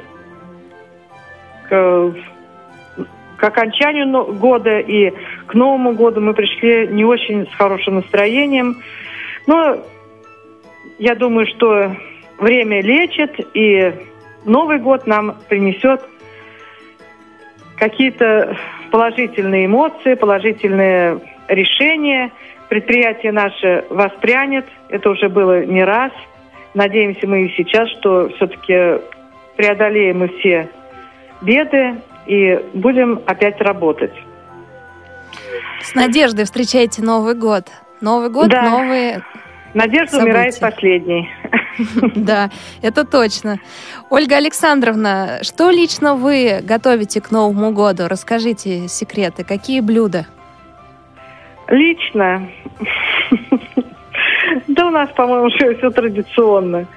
[SPEAKER 10] к, к окончанию года и к Новому году мы пришли не очень с хорошим настроением, но я думаю, что время лечит, и Новый год нам принесет какие-то положительные эмоции, положительные решения. Предприятие наше воспрянет, это уже было не раз. Надеемся мы и сейчас, что все-таки преодолеем мы все беды и будем опять работать.
[SPEAKER 3] С надеждой встречайте Новый год. Новый год, да. Новые
[SPEAKER 10] Надежда
[SPEAKER 3] события.
[SPEAKER 10] Умирает последней.
[SPEAKER 3] Да, это точно. Ольга Александровна, что лично вы готовите к Новому году? Расскажите секреты, какие блюда?
[SPEAKER 10] Лично Да у нас, по-моему, все традиционно.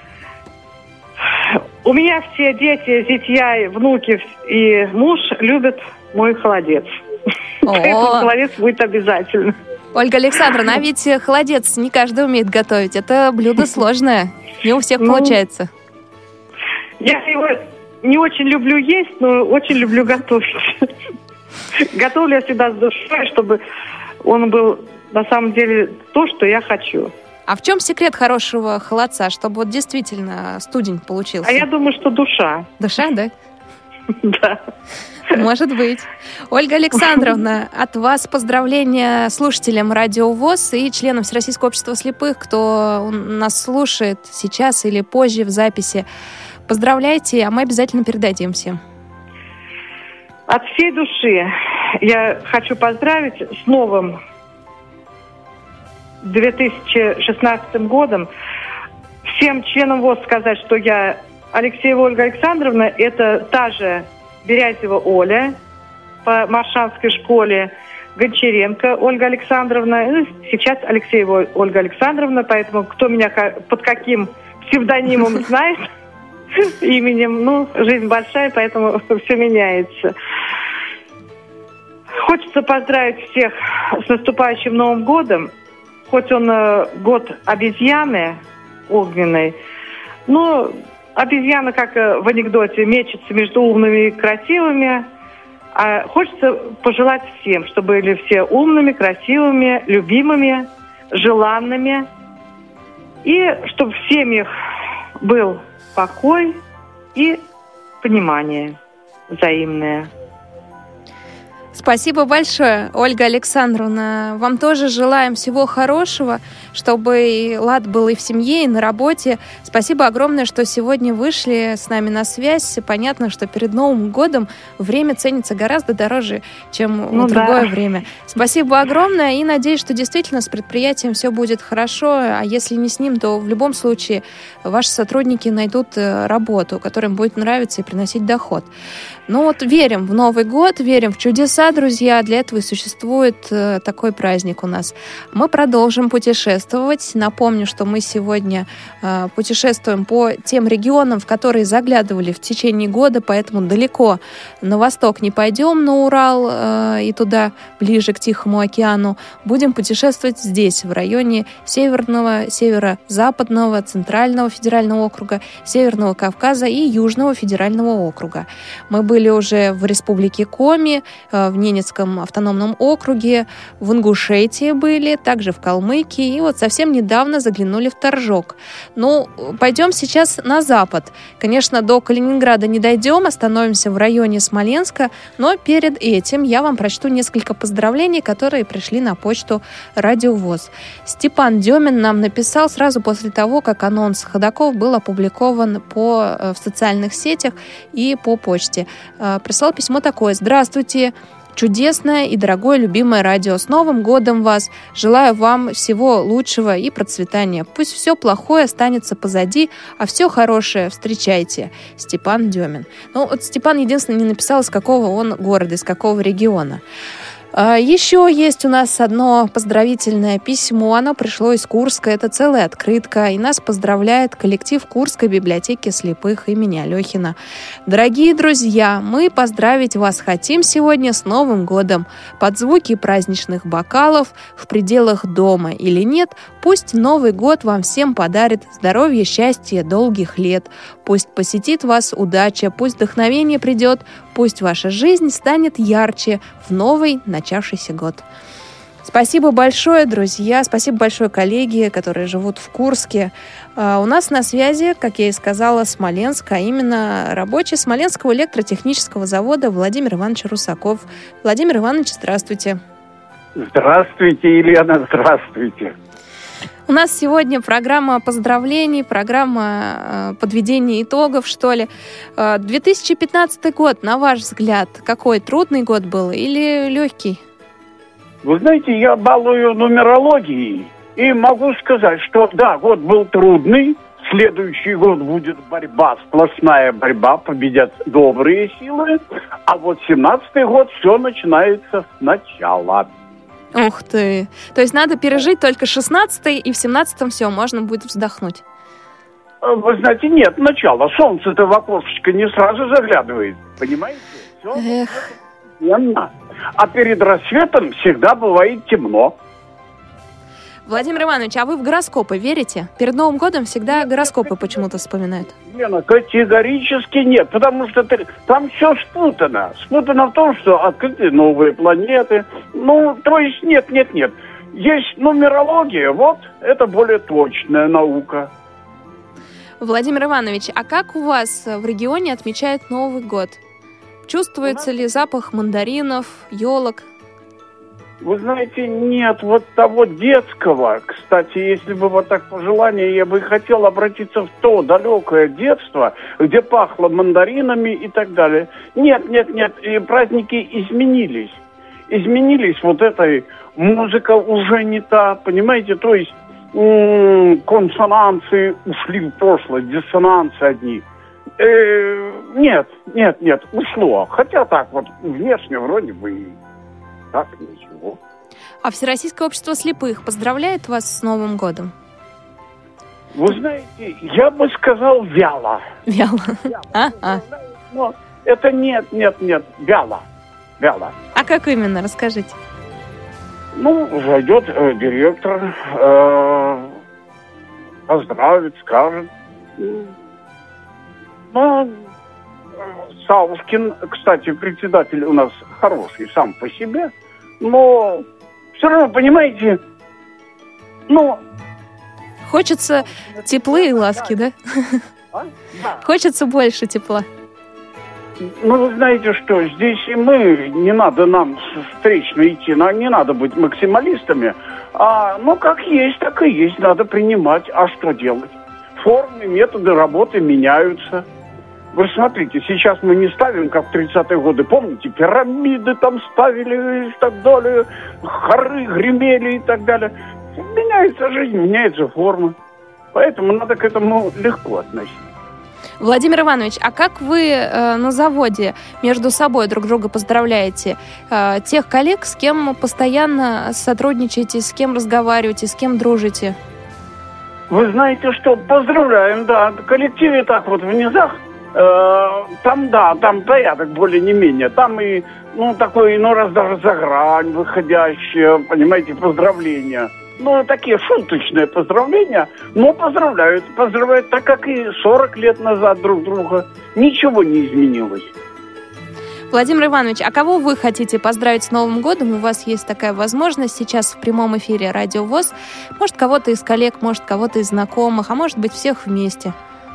[SPEAKER 10] У меня все дети, зятья, внуки и муж любят мой холодец. Поэтому холодец будет обязательно.
[SPEAKER 3] Ольга Александровна, а ведь холодец не каждый умеет готовить. Это блюдо сложное. Не у всех получается.
[SPEAKER 10] Я его не очень люблю есть, но очень люблю готовить. Готовлю я всегда с душой, чтобы он был на самом деле то, что я хочу.
[SPEAKER 3] А в чем секрет хорошего холодца, чтобы вот действительно студень получился?
[SPEAKER 10] А я думаю, что душа.
[SPEAKER 3] Душа, да?
[SPEAKER 10] Да.
[SPEAKER 3] Может быть. Ольга Александровна, от вас поздравления слушателям Радио ВОС и членам Всероссийского общества слепых, кто нас слушает сейчас или позже в записи. Поздравляйте, а мы обязательно передадим всем.
[SPEAKER 10] От всей души я хочу поздравить с новым две тысячи шестнадцатым годом. Всем членам ВОС сказать, что я Алексеева Ольга Александровна, это та же Берязева Оля по Маршанской школе, Гончаренко Ольга Александровна, сейчас Алексеева Ольга Александровна, поэтому кто меня под каким псевдонимом знает, именем, ну, жизнь большая, поэтому все меняется. Хочется поздравить всех с наступающим Новым годом. Хоть он э, год обезьяны огненной, но обезьяна, как э, в анекдоте, мечется между умными и красивыми. А хочется пожелать всем, чтобы были все умными, красивыми, любимыми, желанными. И чтобы в семьях был покой и понимание взаимное.
[SPEAKER 3] Спасибо большое, Ольга Александровна. Вам тоже желаем всего хорошего, чтобы и лад был и в семье, и на работе. Спасибо огромное, что сегодня вышли с нами на связь. Понятно, что перед Новым годом время ценится гораздо дороже, чем ну, в другое да. время. Спасибо огромное и надеюсь, что действительно с предприятием все будет хорошо. А если не с ним, то в любом случае ваши сотрудники найдут работу, которая им будет нравиться и приносить доход. Ну вот верим в Новый год, верим в чудеса, друзья. Для этого и существует э, такой праздник у нас. Мы продолжим путешествовать. Напомню, что мы сегодня э, путешествуем по тем регионам, в которые заглядывали в течение года, поэтому далеко на восток не пойдем, на Урал э, и туда, ближе к Тихому океану. Будем путешествовать здесь, в районе Северного, Северо-Западного, Центрального федерального округа, Северного Кавказа и Южного федерального округа. Мы были Были уже в Республике Коми, в Ненецком автономном округе, в Ингушетии были, также в Калмыкии, и вот совсем недавно заглянули в Торжок. Ну, пойдем сейчас на запад. Конечно, до Калининграда не дойдем, остановимся в районе Смоленска, но перед этим я вам прочту несколько поздравлений, которые пришли на почту Радио ВОС. Степан Демин нам написал сразу после того, как анонс ходаков был опубликован по, в социальных сетях и по почте. Прислал письмо такое: «Здравствуйте, чудесное и дорогое любимое радио. С Новым годом вас! Желаю вам всего лучшего и процветания. Пусть все плохое останется позади, а все хорошее встречайте. Степан Демин». Ну, вот Степан единственное не написал, из какого он города, из какого региона. Еще есть у нас одно поздравительное письмо. Оно пришло из Курска. Это целая открытка. И нас поздравляет коллектив Курской библиотеки слепых имени Алехина. Дорогие друзья, мы поздравить вас хотим сегодня с Новым годом. Под звуки праздничных бокалов, в пределах дома или нет, пусть Новый год вам всем подарит здоровье, счастье, долгих лет. Пусть посетит вас удача, пусть вдохновение придет, пусть ваша жизнь станет ярче в новый начавшийся год. Спасибо большое, друзья, спасибо большое, коллеги, которые живут в Курске. А у нас на связи, как я и сказала, Смоленск, а именно рабочий Смоленского электротехнического завода Владимир Иванович Русаков. Владимир Иванович, здравствуйте.
[SPEAKER 11] Здравствуйте, Елена, здравствуйте.
[SPEAKER 3] У нас сегодня программа поздравлений, программа э, подведения итогов, что ли. Э, две тысячи пятнадцатый год, на ваш взгляд, какой? Трудный год был или легкий?
[SPEAKER 11] Вы знаете, я балую нумерологией и могу сказать, что да, год был трудный, следующий год будет борьба, сплошная борьба, победят добрые силы, а вот семнадцатый год все начинается сначала.
[SPEAKER 3] Ух ты! То есть надо пережить только шестнадцатый, и в семнадцатом все, можно будет вздохнуть.
[SPEAKER 11] Вы знаете, нет, начало. Солнце-то в окошечко не сразу заглядывает, понимаете? Все
[SPEAKER 3] Эх.
[SPEAKER 11] постепенно. А перед рассветом всегда бывает темно.
[SPEAKER 3] Владимир Иванович, а вы в гороскопы верите? Перед Новым годом всегда гороскопы почему-то вспоминают.
[SPEAKER 11] Лена, категорически нет, потому что ты, там все спутано. Спутано в том, что открыты новые планеты. Ну, то есть нет, нет, нет. Есть нумерология, вот, это более точная наука.
[SPEAKER 3] Владимир Иванович, а как у вас в регионе отмечают Новый год? Чувствуется ли запах мандаринов, елок?
[SPEAKER 11] Вы знаете, нет вот того детского. Кстати, если бы вот так по желанию, я бы хотел обратиться в то далекое детство, где пахло мандаринами и так далее. Нет, нет, нет, и праздники изменились. Изменились, вот эта музыка уже не та, понимаете, то есть м- консонансы ушли в прошлое, диссонансы одни. Э- нет, нет, нет, ушло. Хотя так вот внешне вроде бы и так, ничего.
[SPEAKER 3] А Всероссийское общество слепых поздравляет вас с Новым годом?
[SPEAKER 11] Вы знаете, я бы сказал вяло.
[SPEAKER 3] Вяло? А, а.
[SPEAKER 11] Но это нет, нет, нет, вяло. Вяло.
[SPEAKER 3] А как именно? Расскажите.
[SPEAKER 11] Ну, зайдет э, директор, э, поздравит, скажет. Ну, Савушкин, кстати, председатель у нас хороший сам по себе, но все равно, понимаете, ну...
[SPEAKER 3] Хочется тепла и ласки, да?
[SPEAKER 11] А? Да.
[SPEAKER 3] Хочется больше тепла.
[SPEAKER 11] Ну, вы знаете что, здесь и мы, не надо нам встречно идти, нам не надо быть максималистами, а, ну, как есть, так и есть, надо принимать, а что делать? Формы, методы работы меняются. Вы смотрите, сейчас мы не ставим, как в тридцатые годы, помните, пирамиды там ставили и так далее, хоры гремели и так далее. Меняется жизнь, меняются формы. Поэтому надо к этому легко относиться.
[SPEAKER 3] Владимир Иванович, а как вы э, на заводе между собой друг друга поздравляете? Э, тех коллег, с кем постоянно сотрудничаете, с кем разговариваете, с кем дружите?
[SPEAKER 11] Вы знаете что, поздравляем, да. В коллективе так вот в низах, э, там, да, там порядок более не менее. Там и, ну, такой, иной раз даже за грань выходящие, понимаете, поздравления. Ну, такие шуточные поздравления, но поздравляют. Поздравляют так, как и сорок лет назад друг друга. Ничего не изменилось.
[SPEAKER 3] Владимир Иванович, а кого вы хотите поздравить с Новым годом? У вас есть такая возможность сейчас в прямом эфире Радио ВОС. Может, кого-то из коллег, может, кого-то из знакомых, а может быть, всех вместе.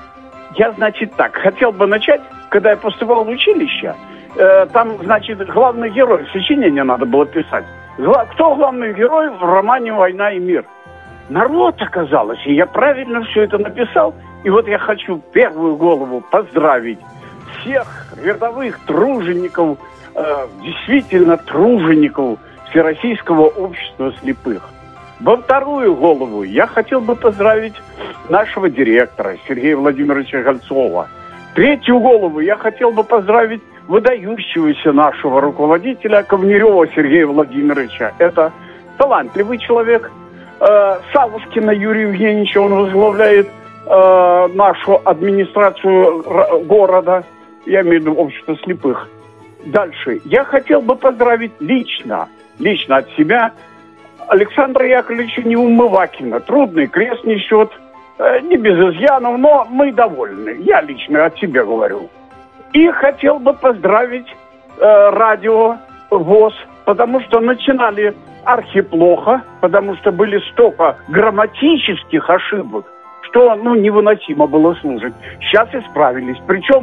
[SPEAKER 11] Я, значит, так, хотел бы начать, когда я поступал в училище, э, там, значит, главный герой, сочинение надо было писать. Кто главный герой в романе «Война и мир»? Народ оказалось, и я правильно все это написал. И вот я хочу первую голову поздравить всех рядовых тружеников, э, действительно тружеников Всероссийского общества слепых. Во вторую голову я хотел бы поздравить нашего директора Сергея Владимировича Гольцова. Третью голову я хотел бы поздравить выдающегося нашего руководителя Ковнерева Сергея Владимировича. Это талантливый человек. Э, Савушкина Юрия Евгеньевича, он возглавляет э, нашу администрацию р- города, я имею в виду общество слепых. Дальше. Я хотел бы поздравить лично, лично от себя Александра Яковлевича Неумывакина. Трудный крест несет, э, не без изъянов, но мы довольны. Я лично от себя говорю. И хотел бы поздравить э, радио ВОС, потому что начинали архиплохо, потому что были столько грамматических ошибок, что, ну, невыносимо было слушать. Сейчас исправились. Причем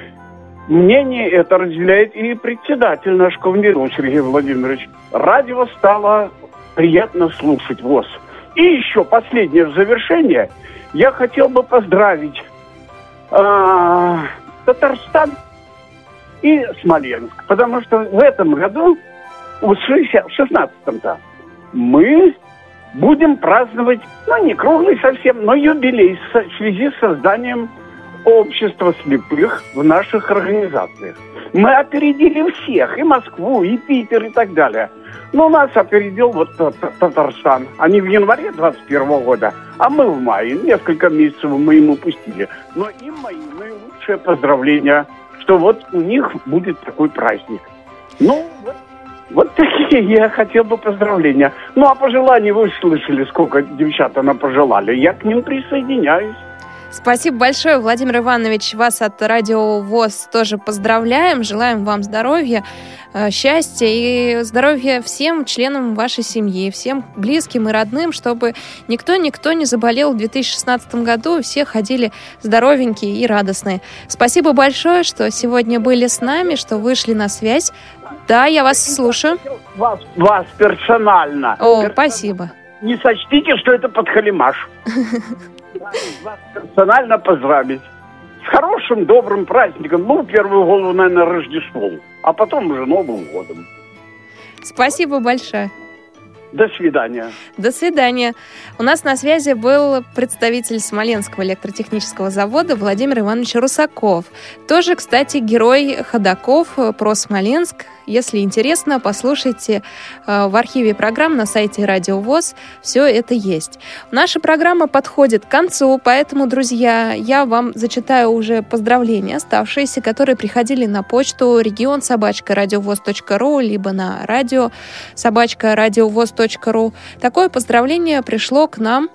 [SPEAKER 11] мнение это разделяет и председатель наш Ковнеров Сергей Владимирович. Радио стало приятно слушать ВОС. И еще последнее в завершение. Я хотел бы поздравить э, Татарстан и Смоленск. Потому что в этом году, в шестнадцатом-то, мы будем праздновать, ну, не круглый совсем, но юбилей в связи с созданием общества слепых в наших организациях. Мы опередили всех, и Москву, и Питер, и так далее. Но нас опередил вот Татарстан. Они в январе двадцать первого года, а мы в мае. Несколько месяцев мы им упустили. Но им мои наилучшие поздравления, что вот у них будет такой праздник. Ну, вот, вот такие я хотел бы поздравления. Ну, а пожелания вы слышали, сколько девчата нам пожелали. Я к ним присоединяюсь.
[SPEAKER 3] Спасибо большое, Владимир Иванович. Вас от Радио ВОС тоже поздравляем. Желаем вам здоровья, счастья и здоровья всем членам вашей семьи, всем близким и родным, чтобы никто-никто не заболел в две тысячи шестнадцатом году, и все ходили здоровенькие и радостные. Спасибо большое, что сегодня были с нами, что вышли на связь. Да, я вас слушаю.
[SPEAKER 11] Вас, вас персонально.
[SPEAKER 3] О, персонально. Спасибо.
[SPEAKER 11] Не сочтите, что это подхалимаш. Вас персонально поздравить. С хорошим, добрым праздником. Ну, в первую голову, наверное, Рождеством. А потом уже Новым годом.
[SPEAKER 3] Спасибо большое.
[SPEAKER 11] До свидания.
[SPEAKER 3] До свидания. У нас на связи был представитель Смоленского электротехнического завода Владимир Иванович Русаков. Тоже, кстати, герой ходаков про Смоленск. Если интересно, послушайте в архиве программ на сайте Радио ВОС. Все это есть. Наша программа подходит к концу, поэтому, друзья, я вам зачитаю уже поздравления оставшиеся, которые приходили на почту регион собака радиовоз точка ру либо на радио собака радиовоз точка ру. Такое поздравление пришло к нам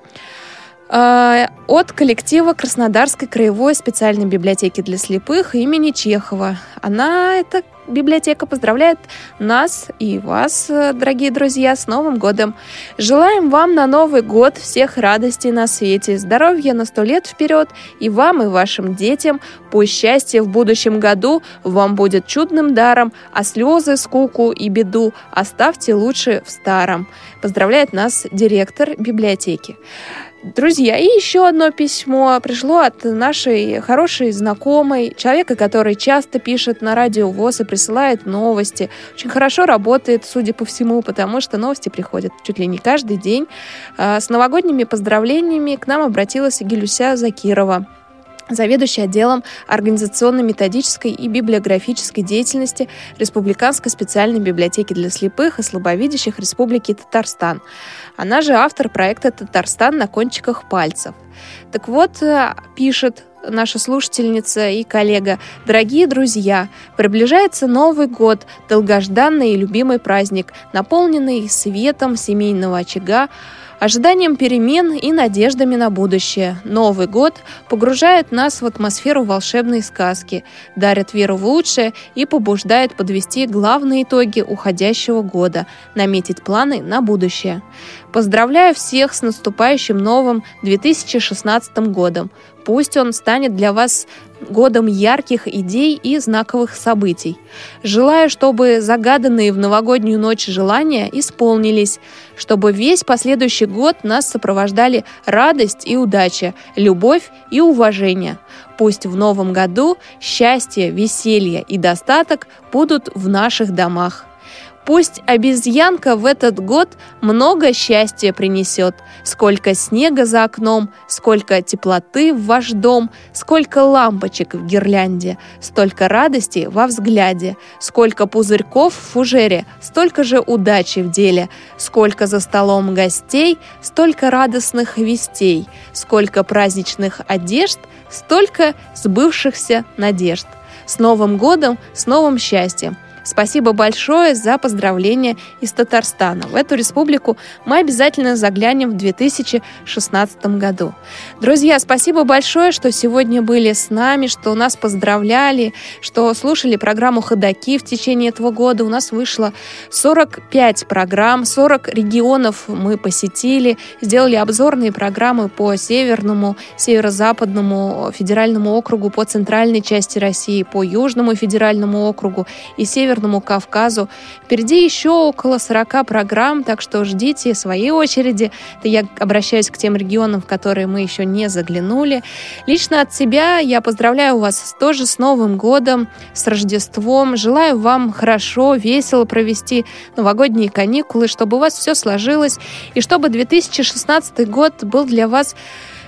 [SPEAKER 3] э, от коллектива Краснодарской краевой специальной библиотеки для слепых имени Чехова. Она, эта библиотека, поздравляет нас и вас, дорогие друзья, с Новым годом. Желаем вам на Новый год всех радостей на свете, здоровья на сто лет вперед, и вам, и вашим детям. Пусть счастье в будущем году вам будет чудным даром, а слезы, скуку и беду оставьте лучше в старом. Поздравляет нас директор библиотеки. Друзья, и еще одно письмо пришло от нашей хорошей знакомой, человека, который часто пишет на Радио ВОС и присылает новости. Очень хорошо работает, судя по всему, потому что новости приходят чуть ли не каждый день. С новогодними поздравлениями к нам обратилась Гилюся Закирова, заведующий отделом организационно-методической и библиографической деятельности Республиканской специальной библиотеки для слепых и слабовидящих Республики Татарстан. Она же автор проекта «Татарстан на кончиках пальцев». Так вот, пишет наша слушательница и коллега: «Дорогие друзья, приближается Новый год, долгожданный и любимый праздник, наполненный светом семейного очага, ожиданием перемен и надеждами на будущее. Новый год погружает нас в атмосферу волшебной сказки, дарит веру в лучшее и побуждает подвести главные итоги уходящего года, наметить планы на будущее. Поздравляю всех с наступающим новым две тысячи шестнадцатым годом. Пусть он станет для вас годом ярких идей и знаковых событий. Желаю, чтобы загаданные в новогоднюю ночь желания исполнились, чтобы весь последующий год нас сопровождали радость и удача, любовь и уважение. Пусть в новом году счастье, веселье и достаток будут в наших домах. Пусть обезьянка в этот год много счастья принесет, сколько снега за окном, сколько теплоты в ваш дом, сколько лампочек в гирлянде, столько радости во взгляде, сколько пузырьков в фужере, столько же удачи в деле, сколько за столом гостей, столько радостных вестей, сколько праздничных одежд, столько сбывшихся надежд. С Новым годом, с новым счастьем! Спасибо большое за поздравления из Татарстана. В эту республику мы обязательно заглянем в две тысячи шестнадцатом году. Друзья, спасибо большое, что сегодня были с нами, что нас поздравляли, что слушали программу «Ходоки» в течение этого года. У нас вышло сорок пять программ, сорок регионов мы посетили, сделали обзорные программы по Северному, Северо-Западному федеральному округу, по центральной части России, по Южному федеральному округу и Северному Кавказу. Впереди еще около сорока программ, так что ждите своей очереди. Это я обращаюсь к тем регионам, в которые мы еще не заглянули. Лично от себя я поздравляю вас тоже с Новым годом, с Рождеством. Желаю вам хорошо, весело провести новогодние каникулы, чтобы у вас все сложилось, и чтобы две тысячи шестнадцатый год был для вас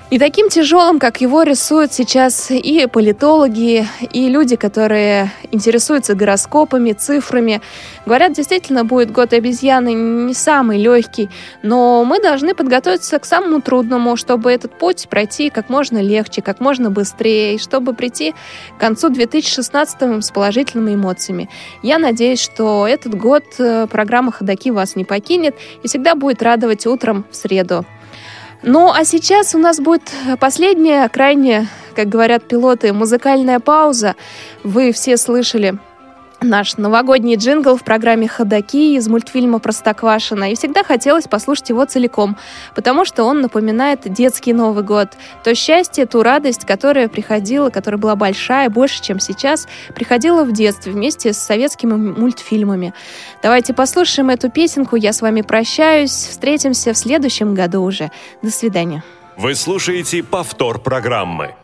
[SPEAKER 3] И таким тяжелым, как его рисуют сейчас и политологи, и люди, которые интересуются гороскопами, цифрами. Говорят, действительно, будет год обезьяны не самый легкий, но мы должны подготовиться к самому трудному, чтобы этот путь пройти как можно легче, как можно быстрее, и чтобы прийти к концу две тысячи шестнадцатого с положительными эмоциями. Я надеюсь, что этот год программа «Ходоки» вас не покинет и всегда будет радовать утром в среду. Ну, а сейчас у нас будет последняя, крайне, как говорят пилоты, музыкальная пауза. Вы все слышали наш новогодний джингл в программе «Ходоки» из мультфильма «Простоквашино». И всегда хотелось послушать его целиком, потому что он напоминает детский Новый год. То счастье, ту радость, которая приходила, которая была большая, больше, чем сейчас, приходила в детстве вместе с советскими мультфильмами. Давайте послушаем эту песенку. Я с вами прощаюсь. Встретимся в следующем году уже. До свидания.
[SPEAKER 2] Вы слушаете повтор программы.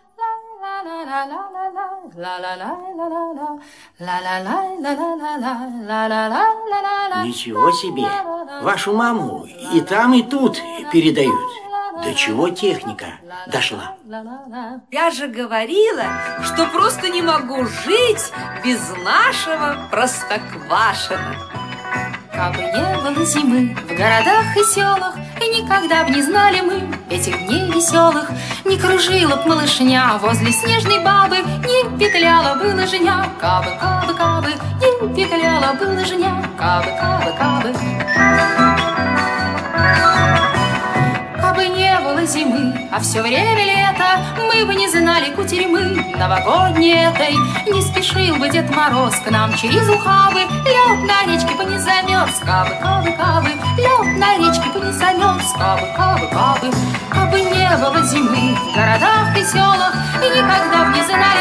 [SPEAKER 7] Ничего себе! Вашу маму и там, и тут передают. До чего техника дошла?
[SPEAKER 8] Я же говорила, что просто не могу жить без нашего Простоквашино.
[SPEAKER 12] Кабы не было зимы в городах и селах, и никогда б не знали мы этих дней веселых, не кружила б малышня возле снежной бабы, не петляла бы лыжня. Кабы, кабы, кабы, не петляла бы лыжня. Кабы, кабы, кабы. Кабы не было зимы, а все время лето, мы бы не знали кутерьмы новогодней этой. Не спешил бы Дед Мороз к нам через ухабы, лед на речке бы не замерз. Кабы, кабы, кабы, лед на речке бы не замерз. Кабы, кабы, кабы, кабы не было зимы в городах и селах, и никогда б не знали